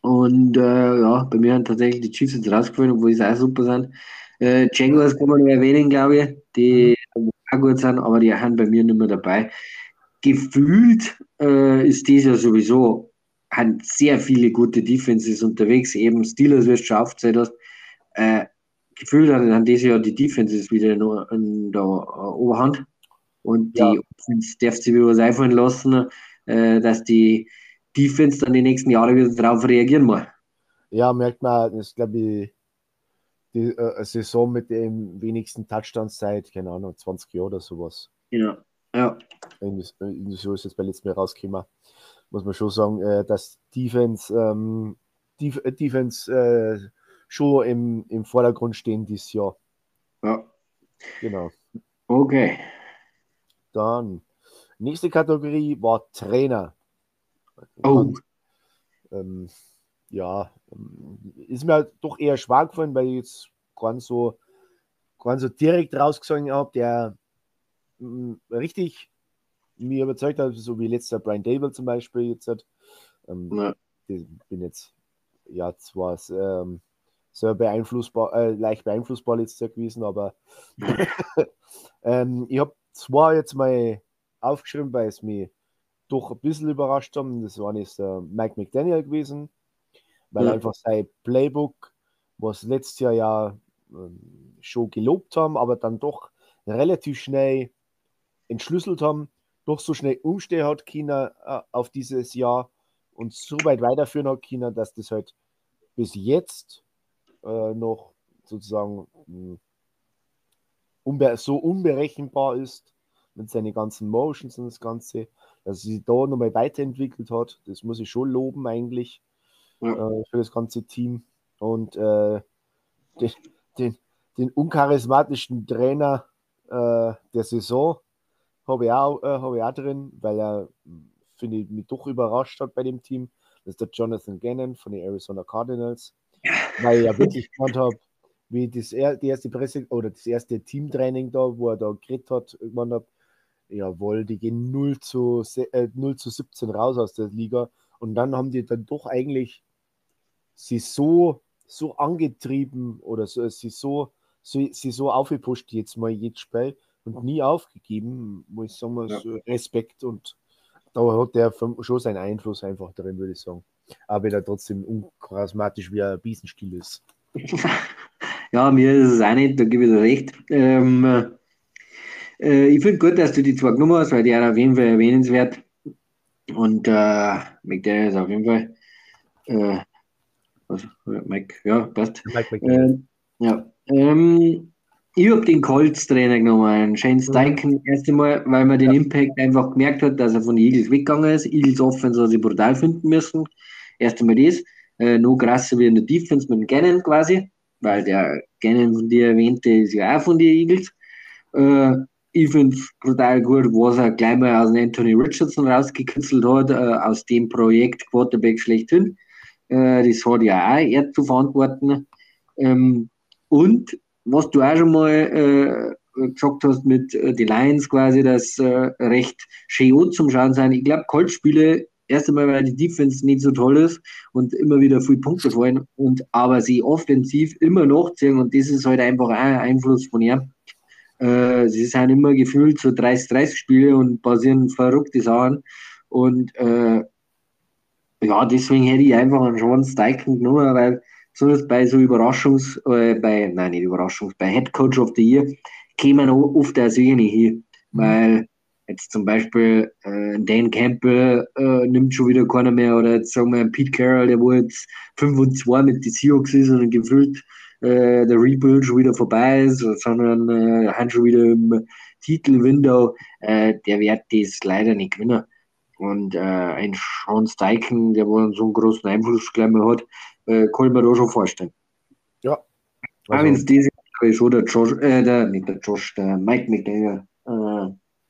Und äh, ja, bei mir haben tatsächlich die Chiefs jetzt rausgefallen, obwohl sie auch super sind. Äh, Jaguars kann man noch erwähnen, glaube ich, Mhm. die auch gut sind, aber die haben bei mir nicht mehr dabei. Gefühlt äh, ist dies ja sowieso, haben sehr viele gute Defenses unterwegs, eben Steelers, wie du schon aufgezählt hast. Äh, gefühlt haben, haben diese Jahr die Defenses wieder in, in der äh, Oberhand. Und Ja, die Offense darf sich wieder was einfallen lassen, äh, dass die Defense dann die nächsten Jahre wieder darauf reagieren muss. ja, merkt man, das ist, glaube ich, die äh, Saison mit dem wenigsten Touchdowns seit, keine Ahnung, zwanzig Jahren oder sowas. Ja, ja, Irgendwie, irgendwie so ist es bei letztem Mal rausgekommen. Muss man schon sagen, äh, dass Defense, ähm, Def äh, Defense äh, schon im, im Vordergrund stehen dieses Jahr. ja. Genau. Okay. Dann, nächste Kategorie war Trainer. Oh, Ganz, ähm, ja, ähm, ist mir halt doch eher schwer gefallen, weil ich jetzt ganz so, ganz so direkt rausgesagt habe, der mh, richtig mir überzeugt hat, so wie letzter Brian Dable zum Beispiel jetzt hat. Ähm, ja, ich bin jetzt ja zwar ähm, sehr beeinflussbar, äh, leicht beeinflussbar jetzt gewesen, aber ähm, ich habe zwar jetzt mal aufgeschrieben, weil es mich doch ein bisschen überrascht haben. Das war jetzt äh, Mike McDaniel gewesen, weil ja, einfach sein Playbook, was letztes Jahr ja ähm, schon gelobt haben, aber dann doch relativ schnell entschlüsselt haben, doch so schnell umstehen hat China äh, auf dieses Jahr und so weit weiterführen hat China, dass das halt bis jetzt äh, noch sozusagen mh, unbe so unberechenbar ist mit seinen ganzen Motions und das Ganze, dass sie sich da nochmal weiterentwickelt hat. Das muss ich schon loben eigentlich äh, ja. für das ganze Team. Und äh, den, den, den uncharismatischen Trainer äh, der Saison habe ich, auch, äh, hab ich auch drin, weil er, finde ich, mich doch überrascht hat bei dem Team. Das ist der Jonathan Gannon von den Arizona Cardinals, weil ich ja wirklich gemeint habe, wie das er, die erste Presse oder das erste Teamtraining da, wo er da geredet hat, gemeint habe, jawohl, die gehen null zu, äh, null zu siebzehn raus aus der Liga. Und dann haben die dann doch eigentlich sie so, so angetrieben oder so, sie so, so, sie so aufgepusht jetzt mal jedes Spiel und nie aufgegeben, muss ich sagen, mal Ja. so Respekt und da hat der schon seinen Einfluss einfach drin, würde ich sagen. Aber wenn er trotzdem uncharismatisch wie ein Biesenstiel ist. Ja, mir ist es auch nicht, da gebe ich dir recht. Ähm, äh, ich finde gut, dass du die zwei genommen hast, weil die sind auf jeden Fall erwähnenswert. Und äh, McDaniel ist auf jeden Fall, äh, was, Mike, ja, passt. Mike McDaniel. Ähm, ja, ähm, ich habe den Colts-Trainer genommen, Shane Mhm. Steichen, erst einmal, weil man den Ja, Impact einfach gemerkt hat, dass er von den Eagles weggegangen ist. Eagles Offense hat sich brutal finden müssen. Erst einmal das. Äh, noch krasser wie in der Defense mit dem Gannon quasi, weil der Gannon von dir erwähnte ist ja auch von den Eagles. Äh, ich finde es brutal gut, was er gleich mal aus Anthony Richardson rausgekitzelt hat, äh, aus dem Projekt Quarterback schlechthin. Äh, das hat ja auch er zu verantworten. Ähm, und was du auch schon mal äh, gesagt hast mit äh, die Lions quasi, dass äh, recht schön zum Schauen sein. Ich glaube, Colts-Spiele, erst einmal, weil die Defense nicht so toll ist und immer wieder viele Punkte fallen, und aber sie offensiv immer nachziehen, und das ist halt einfach auch ein Einfluss von ihr. Äh, sie sind immer gefühlt so dreißig dreißig Spiele und passieren verrückte Sachen. Und äh, ja, deswegen hätte ich einfach einen Sean Steichen genommen, weil besonders bei so Überraschungs-, äh, bei, nein, nicht Überraschungs-, bei Head Coach of the Year kämen auch oft auch solche nicht hin. mhm. Weil jetzt zum Beispiel äh, Dan Campbell äh, nimmt schon wieder keiner mehr, oder jetzt sagen wir ein Pete Carroll, der wo jetzt fünf und zwei mit den Seahawks ist und gefühlt äh, der Rebuild schon wieder vorbei ist, sondern äh, haben schon wieder im Titelwindow, äh, der wird das leider nicht gewinnen. Und äh, ein Sean Steichen, der wohl so einen großen Einfluss gleich mal hat, äh, kann ich mir da schon vorstellen. Ja, Auch wenn also es diese Jahre schon der Josh, äh, der, nicht der Josh, der Mike McDaniel äh,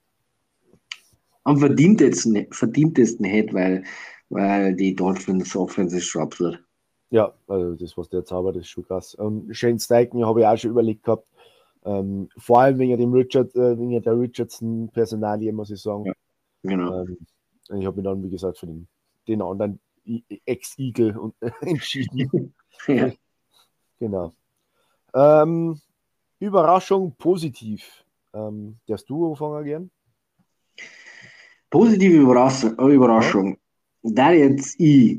am verdientesten, verdientesten hätte, weil, weil die Dolphins Offense ist schon absolut. ja, also das, was der jetzt zaubert, ist schon krass. Und Shane Steichen habe ich auch schon überlegt gehabt. Ähm, vor allem wegen dem Richard, äh, wegen der Richardson-Personalie, muss ich sagen. Ja, genau. Ähm, ich habe mich dann, wie gesagt, für den, den anderen Ex-Eagle und, äh, entschieden. Ja. Genau. Ähm, Überraschung positiv. Ähm, darfst du anfangen gern? Positive Überraschung. Überraschung. Da jetzt ich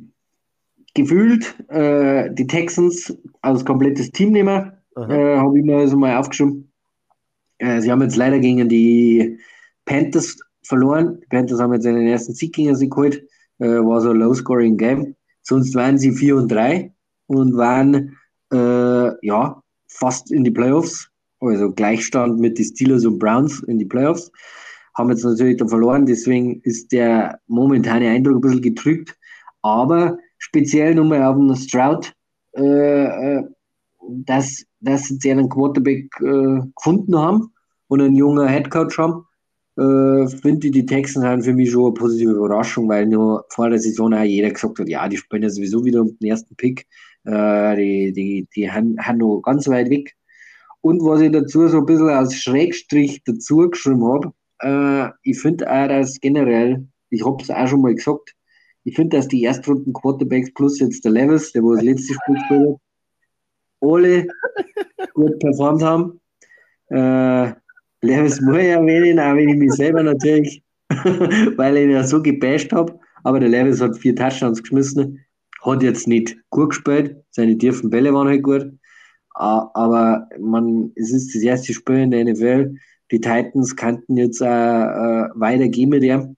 gefühlt äh, die Texans als komplettes Team nehmen, Aha. äh, habe ich mir also mal aufgeschrieben. Äh, sie haben jetzt leider gegen die Panthers verloren. Die Panthers haben jetzt einen ersten Sieg gegen sie geholt. Äh, war so ein Low-Scoring-Game. Sonst waren sie vier und drei und waren äh, ja fast in die Playoffs. Also Gleichstand mit den Steelers und Browns in die Playoffs. Haben jetzt natürlich dann verloren, deswegen ist der momentane Eindruck ein bisschen getrübt. Aber speziell nochmal auf den Stroud, äh, äh, dass, dass sie einen Quarterback äh, gefunden haben und einen jungen Headcoach haben, äh, finde ich die Texans halt für mich schon eine positive Überraschung, weil nur vor der Saison auch jeder gesagt hat, ja, die spielen ja sowieso wieder um den ersten Pick, äh, die, die, die haben, haben noch ganz weit weg. Und was ich dazu so ein bisschen als Schrägstrich dazu geschrieben habe, äh, ich finde auch, dass generell, ich habe es auch schon mal gesagt, ich finde, dass die Erstrunden Quarterbacks plus jetzt der Levis, der wo das letzte Spiel gespielt hat, alle gut performt haben. Äh, Levis muss ich erwähnen, auch wenn ich mich selber natürlich, weil ich ihn ja so gebasht habe, aber der Levis hat vier Touchdowns geschmissen, hat jetzt nicht gut gespielt, seine tiefen Bälle waren halt gut, Ah, aber man, es ist das erste Spiel in der N F L. Die Titans kannten jetzt äh, äh, weitergehen mit ihm.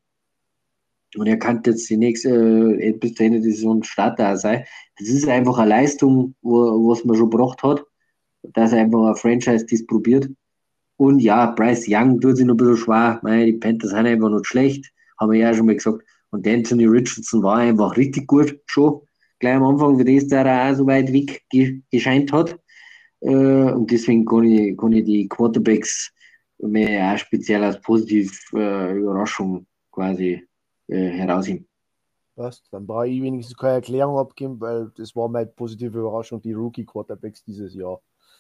Und er kann jetzt die nächste, äh, bis zum Ende der Saison Starter auch sein. Das ist einfach eine Leistung, wo, was man schon gebracht hat, dass er einfach ein Franchise dies probiert. Und ja, Bryce Young tut sich noch ein bisschen schwer. Meine, die Panthers sind einfach nicht schlecht, haben wir ja schon mal gesagt. Und Anthony Richardson war einfach richtig gut schon. Gleich am Anfang, für das der er auch so weit weg ge gescheint hat. Äh, und deswegen kann ich, kann ich die Quarterbacks mir auch speziell als positive äh, Überraschung quasi äh, herausheben. Passt. Dann brauche ich wenigstens keine Erklärung abgeben, weil das war meine positive Überraschung, die Rookie-Quarterbacks dieses Jahr.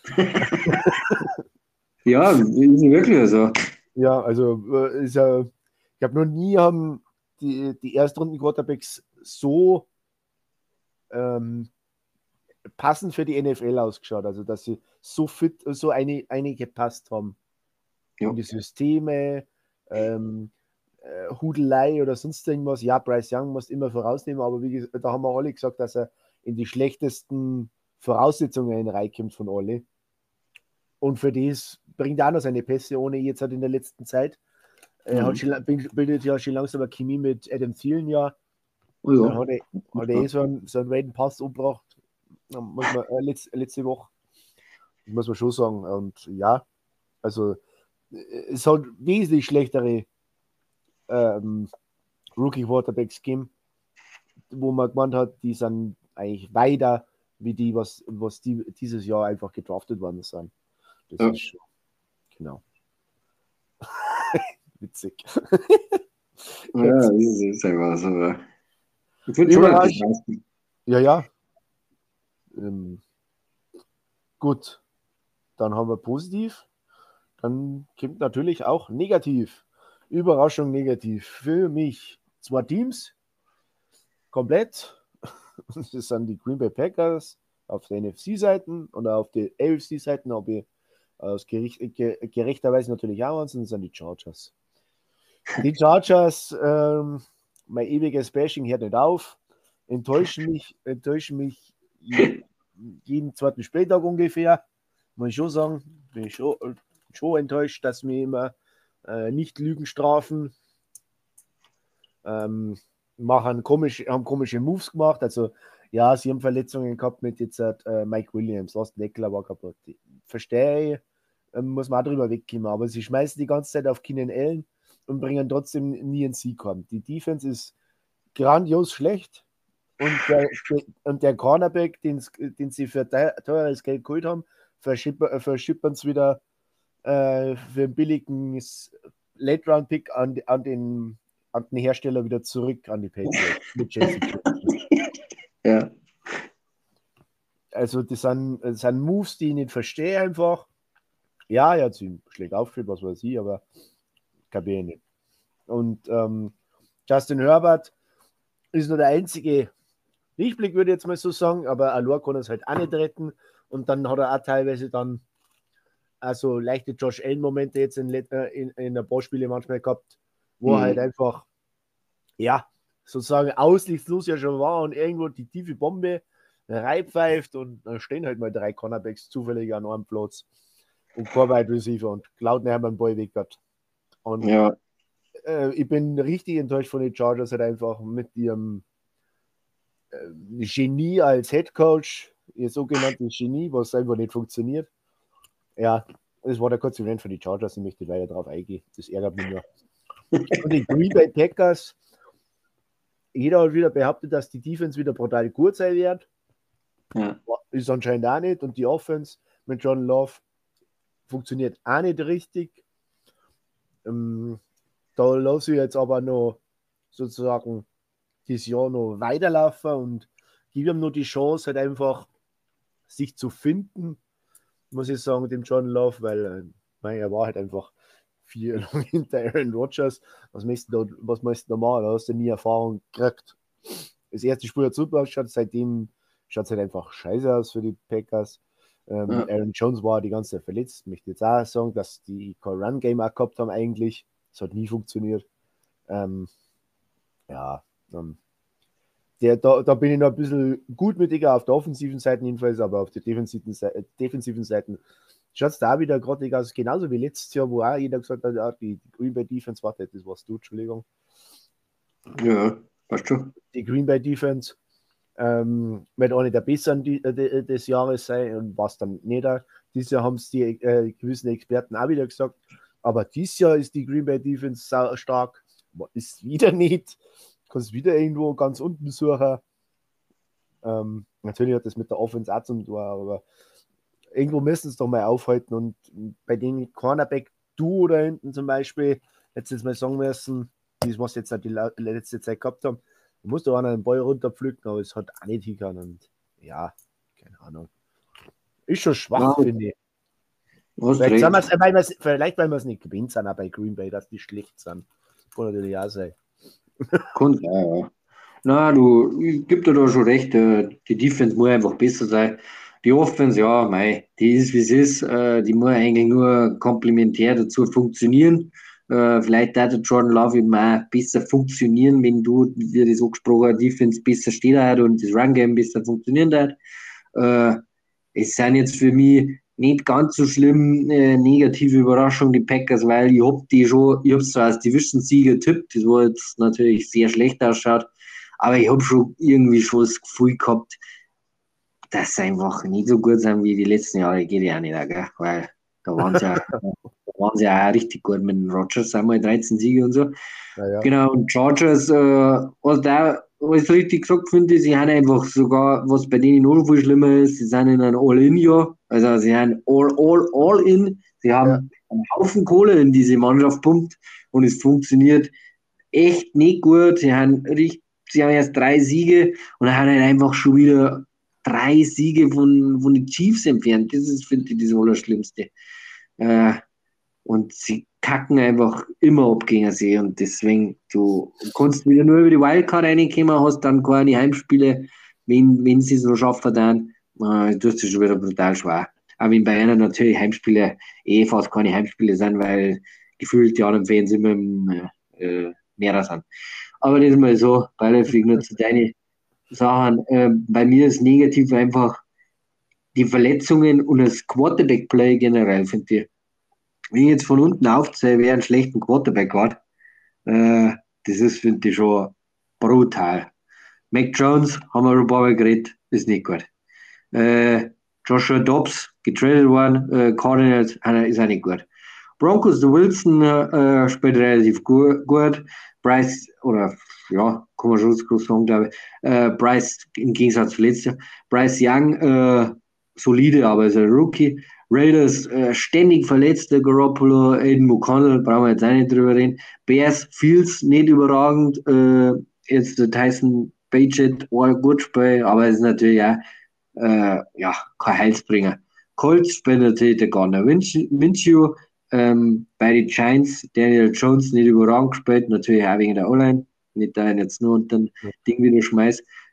Ja, ist wirklich so. Ja, also äh, ist ja, ich habe noch nie haben die, die Erstrunden-Quarterbacks so ähm, passend für die N F L ausgeschaut, also dass sie so fit, so eine, eine gepasst haben. Ja. In die Systeme, ähm, äh, Hudelei oder sonst irgendwas. Ja, Bryce Young muss immer vorausnehmen, aber wie gesagt, da haben wir alle gesagt, dass er in die schlechtesten Voraussetzungen reinkommt von alle. Und für das bringt er auch noch seine Pässe, ohne jetzt halt in der letzten Zeit. Er Mhm. hat schon, bildet ja schon langsam eine Chemie mit Adam Thielen, ja. Oh ja. Dann hat er, hat er eh so einen, so einen weiten Pass umgebracht. Muss man, äh, letz, letzte Woche. Muss man schon sagen. Und ja, also es hat wesentlich schlechtere ähm, Rookie-Quarterbacks gegeben, wo man gemeint hat, die sind eigentlich weiter wie die, was, was die dieses Jahr einfach gedraftet worden sind. Das Ja. ist schon, genau. Witzig. Ja, Jetzt, das ist, ist einfach so. Ich finde schon, dass das Überraschung. heißt. Ja, ja. Ähm, gut, dann haben wir positiv. Dann kommt natürlich auch negativ. Überraschung negativ. Für mich zwei Teams. Komplett. Das sind die Green Bay Packers auf der N F C-Seiten und auf der A F C-Seiten habe ich aus gericht, ge, gerechterweise natürlich auch eins, und das sind die Chargers. Die Chargers, ähm, mein ewiges Bashing hört nicht auf, enttäuschen mich, enttäuschen mich jeden zweiten Spieltag ungefähr. Muss ich schon sagen, bin ich schon, schon enttäuscht, dass wir immer äh, nicht Lügen strafen. Ähm, machen komisch, haben komische Moves gemacht. Also, ja, sie haben Verletzungen gehabt mit jetzt äh, Mike Williams, Austin Eckler war kaputt. Verstehe ich, ähm, muss man auch drüber wegkommen. Aber sie schmeißen die ganze Zeit auf Keenan Allen und bringen trotzdem nie einen Sieg haben. Die Defense ist grandios schlecht und der, und der Cornerback, den sie für teures Geld geholt haben, verschippern es wieder äh, für einen billigen Late-Round-Pick an, an, den, an den Hersteller wieder zurück an die Patriots mit Jason Ja. Also das sind, das sind Moves, die ich nicht verstehe einfach. Ja, er hat sich schlecht aufgeführt, was weiß ich, aber kapiere ich nicht. Und ähm, Justin Herbert ist nur der einzige Lichtblick würde ich jetzt mal so sagen, aber allein kann er es halt auch nicht retten. Und dann hat er auch teilweise dann also leichte Josh Allen-Momente jetzt in, in, in ein paar Spiele manchmal gehabt, wo mhm. er halt einfach, ja, sozusagen aussichtslos ja schon war und irgendwo die tiefe Bombe reinpfeift und dann stehen halt mal drei Cornerbacks zufällig an einem Platz und kein Wide Receiver und klaut nachher mal einen Ball weg hat. Und ja. äh, ich bin richtig enttäuscht von den Chargers halt einfach mit ihrem äh, Genie als Headcoach, ihr sogenanntes Genie, was einfach nicht funktioniert. Ja, das war der kurze Event von den Chargers, ich möchte leider darauf eingehen. Das ärgert mich nur. Und die Green Bay Packers, jeder hat wieder behauptet, dass die Defense wieder brutal gut sein wird. Ja. Ist anscheinend auch nicht. Und die Offense mit John Love funktioniert auch nicht richtig. Ähm, da lasse ich jetzt aber noch sozusagen dieses Jahr noch weiterlaufen und gebe ihm noch die Chance, halt einfach sich zu finden, muss ich sagen, dem John Love, weil äh, er war halt einfach vier lang hinter Aaron Rodgers. Was möchtest du da, was möchtest du da machen? Da hast du nie Erfahrung gekriegt. Das erste Spiel hat super ausgeschaut, seitdem schaut es halt einfach scheiße aus für die Packers. Ähm, ja. Aaron Jones war die ganze Zeit verletzt. Ich möchte jetzt auch sagen, dass die kein Run-Game auch gehabt haben eigentlich. Das hat nie funktioniert. Ähm, ja, ähm, der, da, da bin ich noch ein bisschen gutmütiger auf der offensiven Seite jedenfalls, aber auf der defensiven, Seite, defensiven Seiten schaut es da wieder gerade aus, genauso wie letztes Jahr, wo auch jeder gesagt hat, ja, die, die Green Bay Defense, warte, das warst du, Entschuldigung. Ja, weißt du. Die Green Bay Defense ähm, wird eine der besseren die, die, des Jahres sein und was dann nicht. Dieses Jahr haben es die äh, gewissen Experten auch wieder gesagt, aber dieses Jahr ist die Green Bay Defense sau stark, ist wieder nicht. Kannst wieder irgendwo ganz unten suchen. Ähm, natürlich hat das mit der Offense auch zum Tor, aber irgendwo müssen es doch mal aufhalten und bei den Cornerback-Duo da hinten zum Beispiel, letztes Mal sagen müssen, das, was jetzt die letzte Zeit gehabt haben, da musst du auch einen Ball runterpflücken, aber es hat auch nicht hingegangen und ja, keine Ahnung. Ist schon schwach, ja, finde ich. Vielleicht, weil vielleicht, weil wir es nicht gewinnt sind, auch bei Green Bay, dass die schlecht sind. Kann natürlich auch sein. Kunst, ja, ja. Na, du, ich gebe dir da schon recht, die Defense muss einfach besser sein. Die Offense, ja, mei, die ist, wie es ist, die muss eigentlich nur komplementär dazu funktionieren. Vielleicht darf der Jordan Love eben auch besser funktionieren, wenn du, wie das angesprochen hast, Defense besser steht hat und das Run-Game besser funktionieren hat. Es sind jetzt für mich nicht ganz so schlimm äh, negative Überraschung, die Packers, weil ich hab die schon, ich hab's zwar als Division-Sieger getippt, das war jetzt natürlich sehr schlecht ausschaut, aber ich hab schon irgendwie schon das Gefühl gehabt, dass sie einfach nicht so gut sind wie die letzten Jahre, geht ja auch nicht, gell? Weil da waren sie ja, da waren sie ja auch richtig gut mit den Rodgers, einmal dreizehn Siege und so. Ja, ja. Genau, und Chargers, äh, was da was ich richtig gesagt finde, sie haben einfach sogar, was bei denen noch viel schlimmer ist, sie sind in einem All-In-Jahr, also sie haben all, all, all in, sie haben ja. einen Haufen Kohle in diese Mannschaft pumpt und es funktioniert echt nicht gut, sie haben, richtig, sie haben erst drei Siege und dann haben halt einfach schon wieder drei Siege von, von den Chiefs entfernt, das ist, finde ich, das Allerschlimmste. Äh, und sie kacken einfach immer ab gegen sie und deswegen, du kannst wieder nur über die Wildcard reinkommen, hast dann keine Heimspiele, wenn, wenn sie es noch schaffen, dann äh, tust du schon wieder brutal schwer. Aber in Bayern natürlich Heimspiele eh fast keine Heimspiele sind, weil gefühlt die anderen Fans immer im äh, Meer sind. Aber das ist mal so, weil ich nur zu deinen Sachen. Äh, bei mir ist negativ einfach die Verletzungen und das Quarterback-Play generell, finde ich. Wenn ich jetzt von unten aufzähle, wer einen schlechten Quarterback hat, äh, das ist, finde ich, schon brutal. Mac Jones, haben wir schon ein paar Mal geredet, ist nicht gut. Äh, Joshua Dobbs, getradet worden, äh, Cardinals, äh, ist auch nicht gut. Broncos, der Wilson äh, spielt relativ gu- gut. Bryce, oder ja, kann man schon so sagen, glaube ich. Äh, Bryce, im Gegensatz zu letztes Jahr. Bryce Young, äh, solide, aber ist ein Rookie. Raiders, äh, ständig verletzt, der Garoppolo, Aiden O'Connell, brauchen wir jetzt auch nicht drüber reden. Bears, Fields, nicht überragend. Äh, jetzt der Tyson Bagent, war gut spielen, aber es ist natürlich auch äh, ja, kein Heilsbringer. Colts spielt natürlich der Garner Minshew. Ähm, bei den Giants, Daniel Jones nicht überragend gespielt, natürlich auch wegen der O-Line, nicht da jetzt nur unter dem Ding wieder schmeißt.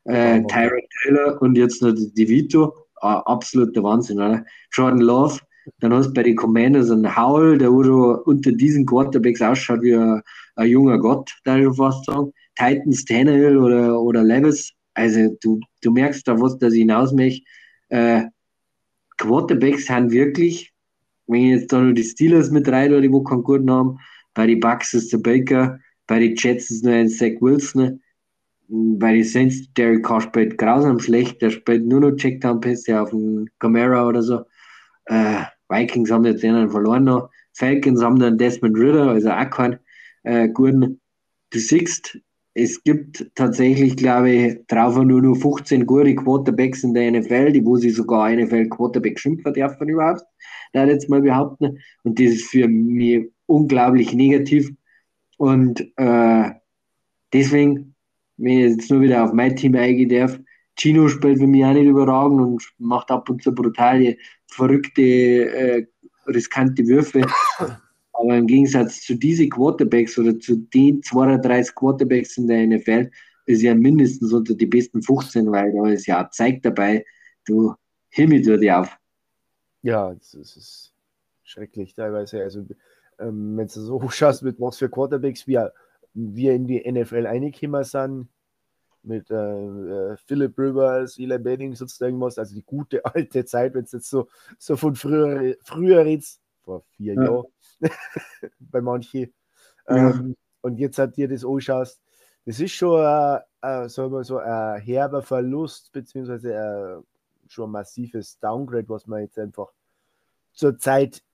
Äh, Tyrod Taylor und jetzt noch die Vito. Ah, absoluter Wahnsinn, oder? Jordan Love. Dann hast du bei den Commanders einen Howell, der wo unter diesen Quarterbacks ausschaut wie ein, ein junger Gott, darf ich fast sagen. Titans, Tannehill oder, oder Levis. Also du, du merkst da, was das hinaus möchte. Äh, Quarterbacks sind wirklich, wenn ich jetzt da nur die Steelers mit rein, oder die wo keinen guten haben, bei den Bucks ist der Baker, bei den Jets ist nur ein Zach Wilson, bei den Saints, Derek Carr spielt grausam schlecht, der spielt nur noch Checkdown-Pässe auf den Camara oder so. Äh, Vikings haben jetzt einen verloren noch. Falcons haben dann Desmond Ridder, also auch keinen äh, guten. Du siehst, es gibt tatsächlich, glaube ich, drauf nur noch fünfzehn gute Quarterbacks in der N F L, die wo sie sogar N F L Quarterback schimpfen dürfen überhaupt, da jetzt mal behaupten. Und das ist für mich unglaublich negativ. Und äh, deswegen, wenn ich jetzt nur wieder auf mein Team eingehen darf, Gino spielt für mich auch nicht überragend und macht ab und zu brutale, verrückte, äh, riskante Würfe. Aber im Gegensatz zu diesen Quarterbacks oder zu den zweiunddreißig Quarterbacks in der N F L ist ja mindestens unter die besten fünfzehn, weil da ist ja zeigt dabei, du Himmel tut dir auf. Ja, das ist, das ist schrecklich teilweise. Also, ähm, wenn du so schaust, mit was für Quarterbacks wir, wir in die N F L reingekommen sind, mit äh, äh, Philip Rivers, Eli Manning, sonst irgendwas, also die gute alte Zeit, wenn es jetzt so, so von früher, früher redest, vor vier Ja. Jahren, bei manchen. Ja. Ähm, und jetzt hat dir das anschaust, das ist schon ein, ein, sagen wir so, ein herber Verlust, beziehungsweise ein, schon ein massives Downgrade, was man jetzt einfach zur Zeit,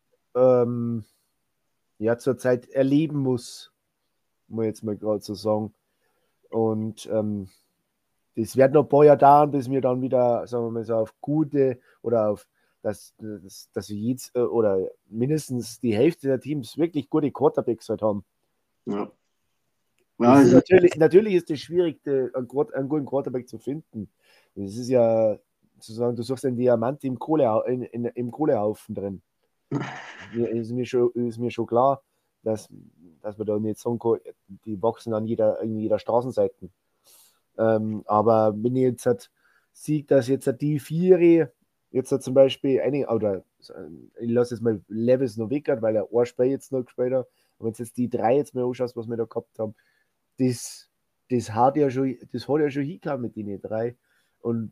ähm, ja, zur Zeit erleben muss, muss ich jetzt mal gerade so sagen. Und ähm, das wird noch ein paar Jahre dauern, bis wir dann wieder, sagen wir mal so, auf gute oder auf dass, dass, dass wir jetzt äh, oder mindestens die Hälfte der Teams wirklich gute Quarterbacks halt haben. Ja. Das Ja, ist also, natürlich, natürlich ist es schwierig, die, einen, Quart- einen guten Quarterback zu finden. Das ist ja sozusagen, du suchst einen Diamant im, Kohle, in, in, im Kohlehaufen drin. Mir, ist, mir schon, ist mir schon klar, dass, dass man da nicht sagen kann, die wachsen an jeder, in jeder Straßenseite. Ähm, aber wenn ich jetzt halt sieht, dass jetzt halt die vier jetzt halt zum Beispiel eine, oder ich lasse jetzt mal Levis noch weg, weil er ein Spiel jetzt noch gespielt hat, und wenn du jetzt die drei jetzt mal anschaust, was wir da gehabt haben, das, das hat ja schon, das hat ja schon hingehauen mit den drei. Und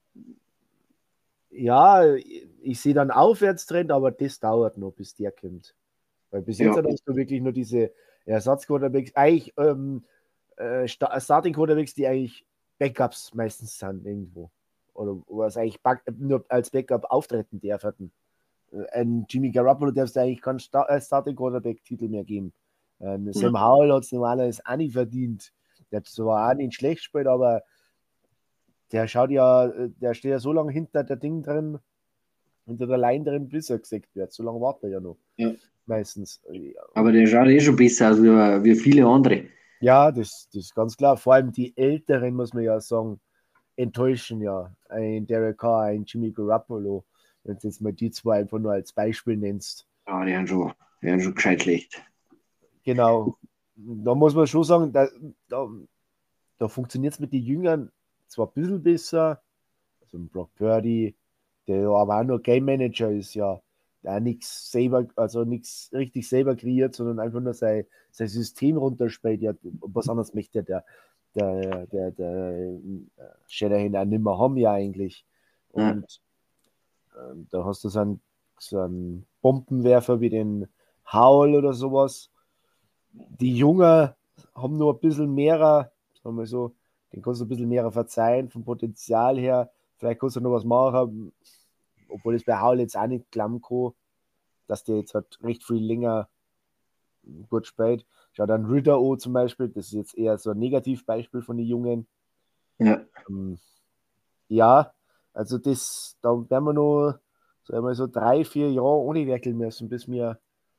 ja, ich sehe dann Aufwärtstrend, aber das dauert noch, bis der kommt. Weil bis jetzt ja. hast du wirklich nur diese Ersatzquarterbacks, eigentlich ähm, äh, Starting-Quarterbacks, die eigentlich Backups meistens sind irgendwo. Oder was eigentlich back, nur als Backup auftreten dürfen. Ein Jimmy Garoppolo darfst du eigentlich keinen Sta- äh, Starting-Quarterback-Titel mehr geben. Ähm, Sam Ja. Howell hat es normalerweise auch nicht verdient. Der hat zwar auch nicht schlecht gespielt, aber der schaut ja, äh, der steht ja so lange hinter der Ding drin, hinter der Line drin, bis er gesackt wird. So lange wartet er ja noch. Ja. Meistens. Ja. Aber der schaut eh schon besser aus wie, wie viele andere. Ja, das, das ist ganz klar. Vor allem die Älteren, muss man ja sagen, enttäuschen ja. Ein Derek Carr, ein Jimmy Garoppolo, wenn du jetzt mal die zwei einfach nur als Beispiel nennst. Ja, die haben schon, die haben schon gescheit schlecht. Genau. Da muss man schon sagen, da, da, da funktioniert es mit den Jüngern zwar ein bisschen besser, also ein Brock Purdy, der ja aber auch nur Game Manager ist, ja, der nichts selber, also nichts richtig selber kreiert, sondern einfach nur sein, sein System runterspielt. Ja, was anderes möchte der, der, der, der äh, Shanahan auch nicht mehr haben, ja eigentlich. Und ja. ähm, da hast du so einen, so einen Bombenwerfer wie den Howell oder sowas. Die Jungen haben nur ein bisschen mehr, sagen wir so, den kannst du ein bisschen mehr verzeihen, vom Potenzial her. Vielleicht kannst du noch was machen, obwohl es bei Howell jetzt auch nicht glauben kann, dass der jetzt halt recht viel länger gut spielt. Schau dann Ritter an zum Beispiel, das ist jetzt eher so ein Negativbeispiel von den Jungen. Ja. Ähm, ja, also das, da werden wir noch sagen wir so drei, vier Jahre ohne werkeln müssen, bis wir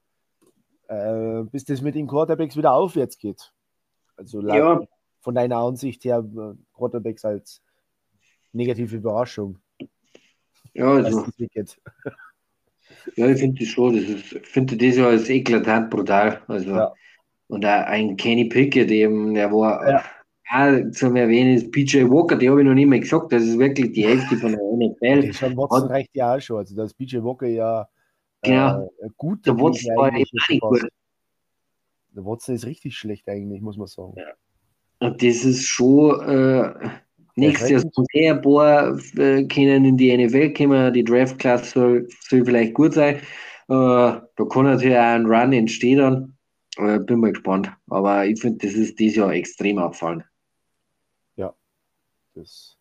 äh, bis das mit den Quarterbacks wieder aufwärts geht. Also Ja. von deiner Ansicht her, Quarterbacks als negative Überraschung. Ja, also, ja, ich finde das schon, das ist, ich finde das ja als eklatant brutal. Also, ja. und auch ein Kenny Pickett eben, der war, Ja. auch zum Erwähnen ist P J Walker, die habe ich noch nicht mehr gesagt, das ist wirklich die Hälfte von der N F L. Der Sean Watson Hat, reicht ja auch schon. Also, dass P J Walker ja äh, genau, ein guter der Watson Gegner war eben eigentlich ist auch schon nicht fast. gut. Der Watson ist richtig schlecht eigentlich, muss man sagen. Und das ist schon, äh, Der nächstes Jahr erschreckend. sollen eh ein paar äh, können in die N F L kommen, die Draft-Class soll, soll vielleicht gut sein. Äh, da kann natürlich auch ein Run entstehen dann. Äh, bin mal gespannt. Aber ich finde, das ist dieses Jahr extrem auffallend. Ja, das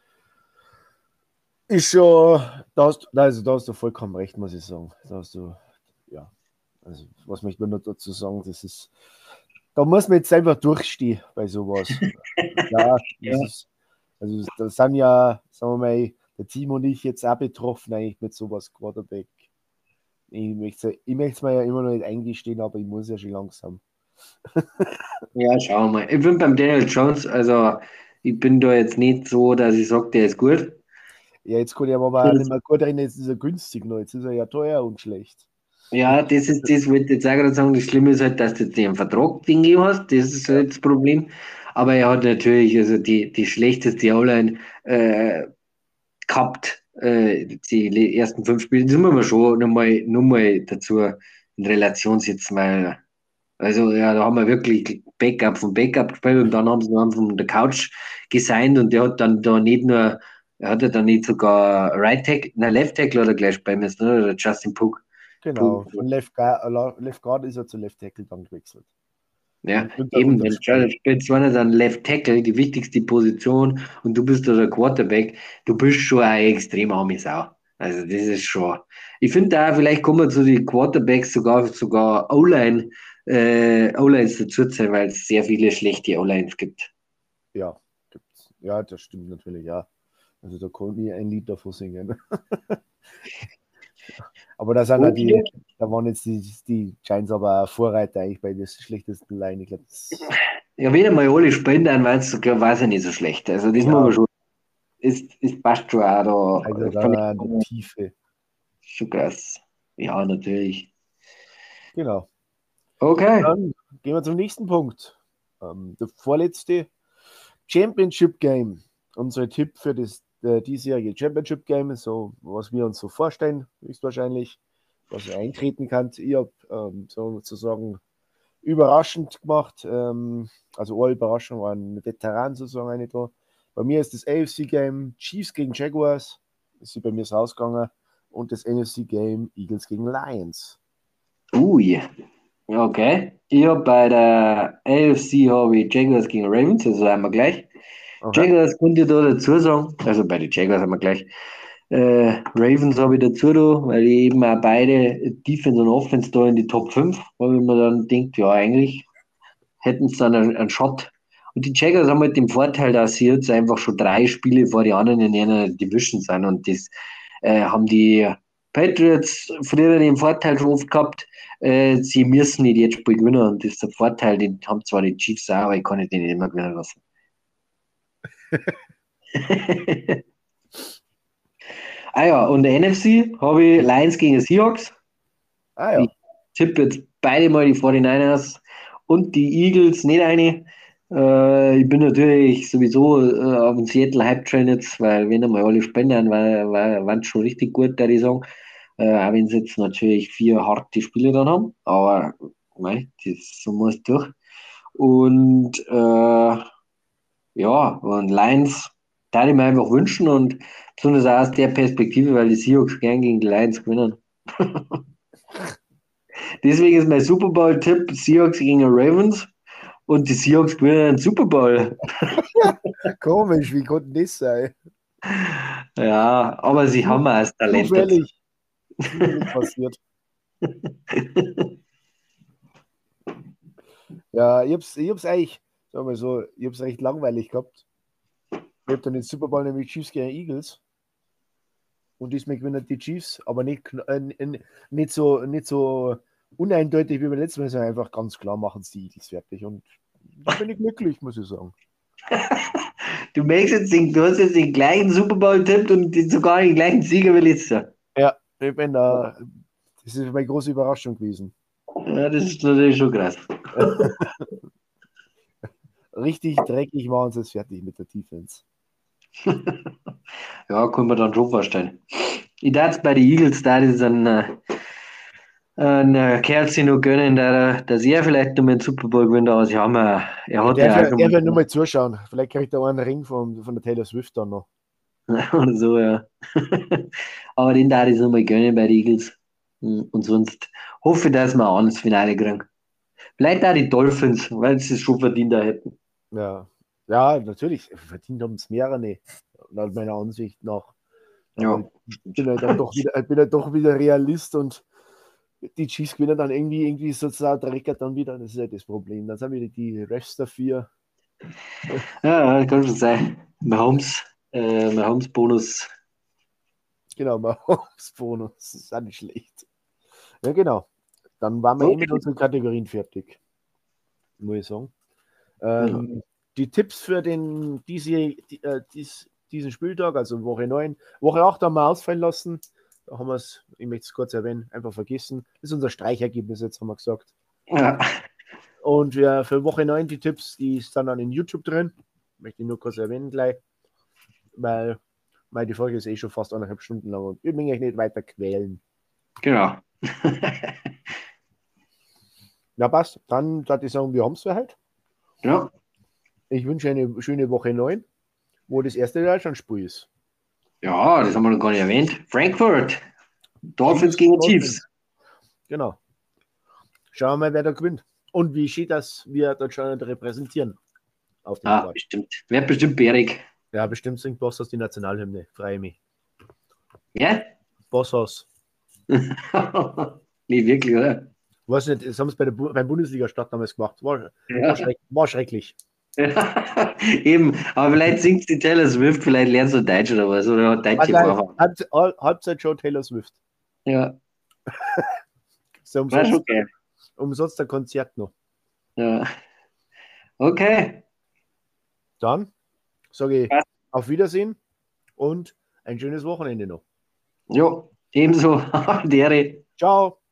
ist schon, da hast, also da hast du vollkommen recht, muss ich sagen. Da hast du, ja, also was möchte man noch dazu sagen, das ist, da muss man jetzt einfach durchstehen bei sowas. Ja, das Ja. ist, also da sind ja, sagen wir mal, der Team und ich jetzt auch betroffen eigentlich mit sowas Quarterback. Ich möchte ich möchte es mir ja immer noch nicht eingestehen, aber ich muss ja schon langsam. Ja, schauen wir mal. Ich bin beim Daniel Jones, also ich bin da jetzt nicht so, dass ich sage, der ist gut. Ja, jetzt kann ich aber auch nicht mehr gut reden, jetzt ist er günstig noch, jetzt ist er ja teuer und schlecht. Ja, das ist das, wollte ich jetzt auch gerade sagen. Das Schlimme ist halt, dass du den Vertrag den gegeben hast. Das ist Ja, halt das Problem. Aber er hat natürlich also die, die schlechteste O-Line äh, gehabt. Äh, die le- ersten fünf Spiele. Das muss man schon nochmal noch mal dazu in Relation setzen, weil also ja, da haben wir wirklich Backup von Backup gespielt und dann haben sie noch einen von der Couch gesigned und der hat dann da nicht nur, er hatte dann nicht sogar Right Tackle, nein, Left Tackle oder gleich bei mir, ne? Oder Justin Puck. genau. Puck. Von Left Guard, äh, Left Guard ist er zu Left Tackle dann gewechselt. Ja, Und unter, eben, unter wenn du spielst einer dann Left Tackle, die wichtigste Position und du bist da der Quarterback, du bist schon eine extrem arme Sau. Also das ist schon. Ich finde da vielleicht kommen zu den Quarterbacks sogar sogar O-Line, äh, O-Lines dazu zählen, weil es sehr viele schlechte O-Lines gibt. Ja, gibt's. Ja, das stimmt natürlich, ja. Also da kann ich ein Lied davon singen. Aber da sind ja die, Okay. da waren jetzt die, die Giants aber auch Vorreiter eigentlich bei der schlechtesten Line. Ich glaube, das, Ja, wenn einmal alle spielen, dann war es ja nicht so schlecht. Also das muss ja, man schon, ist, ist passt schon auch also da. dann Fand an der ich Tiefe. schon krass. Ja, natürlich. Genau. Okay. Dann gehen wir zum nächsten Punkt. Ähm, der vorletzte Championship Game. Unser Tipp für das äh, diesjährige Championship Game, so was wir uns so vorstellen, höchstwahrscheinlich, was ihr eintreten kann. Ich habe ähm, sozusagen überraschend gemacht. Ähm, also alle Überraschungen waren Veteranen sozusagen eine da. Bei mir ist das A F C-Game Chiefs gegen Jaguars. Das ist bei mir rausgegangen. Und das N F C-Game Eagles gegen Lions. Ui. Ja, okay. Ich habe bei der A F C habe ich Jaguars gegen Ravens, also haben wir gleich. Okay. Jaguars könnte ich da dazu sagen, also bei den Jaguars haben wir gleich. Äh, Ravens habe ich dazu da, weil ich eben auch beide Defense und Offense da in die Top fünf, weil ich mir dann denkt, ja, eigentlich hätten sie dann einen, einen Shot. Und die Jaguars haben halt den Vorteil, dass sie jetzt einfach schon drei Spiele vor die anderen in einer Division sind und das äh, haben die Patriots früher den Vorteil schon oft gehabt, äh, sie müssen nicht jetzt Spiel gewinnen und das ist der Vorteil, den haben zwar die Chiefs auch, aber ich kann nicht den nicht immer gewinnen lassen. Ah ja, und der N F C habe ich Lions gegen Seahawks. Ah Ich ja. tippe jetzt beide mal die forty-niners und die Eagles nicht eine. Äh, ich bin natürlich sowieso äh, auf dem Seattle Hype Train jetzt, weil wenn einmal alle spenden, war, war, waren schon richtig gut, würde ich sagen. Äh, auch wenn sie jetzt natürlich vier harte Spiele dann haben, aber mei, das so muss durch. Und äh, ja, und Lions da ich mir einfach wünschen und besonders auch aus der Perspektive, weil die Seahawks gern gegen die Lions gewinnen. Deswegen ist mein Super Bowl-Tipp Seahawks gegen die Ravens und die Seahawks gewinnen den Super Bowl. Komisch, wie konnte das sein? Ja, aber sie Zu, haben auch das Talent dazu. zufällig, zufällig passiert. Ja, ich hab's, ich hab's eigentlich, sagen wir so, ich hab's recht langweilig gehabt. Ich hab dann den Super Bowl nämlich Chiefs gegen Eagles. Und diesmal gewinnen die Chiefs, aber nicht, äh, nicht, so, nicht so uneindeutig wie beim letzten Mal, sondern einfach ganz klar machen es die Eagles fertig. Und da bin ich glücklich, muss ich sagen. Du merkst jetzt, den, du hast jetzt den gleichen Super Bowl-Tipp und den, sogar den gleichen Sieger wie letztes Jahr. Ja, ich bin da, das ist meine große Überraschung gewesen. Ja, das ist natürlich schon krass. richtig dreckig waren sie es fertig mit der Defense. Ja, können wir dann schon vorstellen. Ich darf bei den Eagles, da ist ein, äh, ein äh, Kerl sich noch gönnen, der, dass er vielleicht noch mal den Super Bowl gewinnt, aber sie haben, äh, er hat Der ja auch will, schon der will mal nur mal zuschauen. Vielleicht kriegt er einen Ring von, von der Taylor Swift dann noch. oder so, ja. Aber den darf ich noch mal gönnen bei den Eagles. Und sonst hoffe ich, dass wir auch ins Finale kriegen. Vielleicht auch die Dolphins, weil sie es schon verdient da hätten. Ja, ja, natürlich. Verdient haben es mehrere, laut meiner Ansicht nach. Ja. Aber ich bin halt dann doch wieder, ich bin halt doch wieder Realist und die Chiefs gewinnen dann irgendwie, irgendwie sozusagen der Rekord dann wieder. Das ist halt das Problem. Dann sind wieder die Refs dafür. Ja, kann schon sein. Mahomes, äh, Mahomes Bonus. Genau, mal aufs Bonus. Das ist auch nicht schlecht. Ja, genau. Dann waren wir Okay. eh mit unseren Kategorien fertig. Muss ich sagen. Ähm, Die Tipps für den diese, die, äh, dies, diesen Spieltag, also Woche neun, Woche acht haben wir ausfallen lassen. Da haben wir es, ich möchte es kurz erwähnen, einfach vergessen. Das ist unser Streichergebnis, jetzt haben wir gesagt. Ja. Und wir, für Woche neun die Tipps, die sind dann in YouTube drin. Möchte ich nur kurz erwähnen gleich, weil, weil die Folge ist eh schon fast eineinhalb Stunden lang und ich will mich nicht weiter quälen. Genau. Na passt, dann würde ich sagen, wir haben es für heute. Ja. Ich wünsche eine schöne Woche neun, wo das erste Deutschlandspiel ist. Ja, das haben wir noch gar nicht erwähnt. Frankfurt. Dolphins gegen Chiefs. Genau. Schauen wir mal, wer da gewinnt. Und wie steht das, wir Deutschland repräsentieren auf dem Ah, Platz. bestimmt. Wird bestimmt bärig. Ja, bestimmt singt Bosshaus die Nationalhymne. Freue mich. Ja? Bosshaus. Nicht wirklich, oder? Weiß nicht, das haben sie bei der Bu beim Bundesliga-Start damals gemacht. War, Ja. war, schreck war schrecklich. Ja, eben, aber vielleicht singt die Taylor Swift, vielleicht lernst du Deutsch oder was, oder hat deutsche Vorfahren. Halbzeit, Halbzeit schon Taylor Swift. Ja, So war umsonst, schon geil. umsonst ein Konzert noch. Ja. Okay, Dann sage ich Passt. auf Wiedersehen und ein schönes Wochenende noch. jo, ebenso. Dere. Ciao.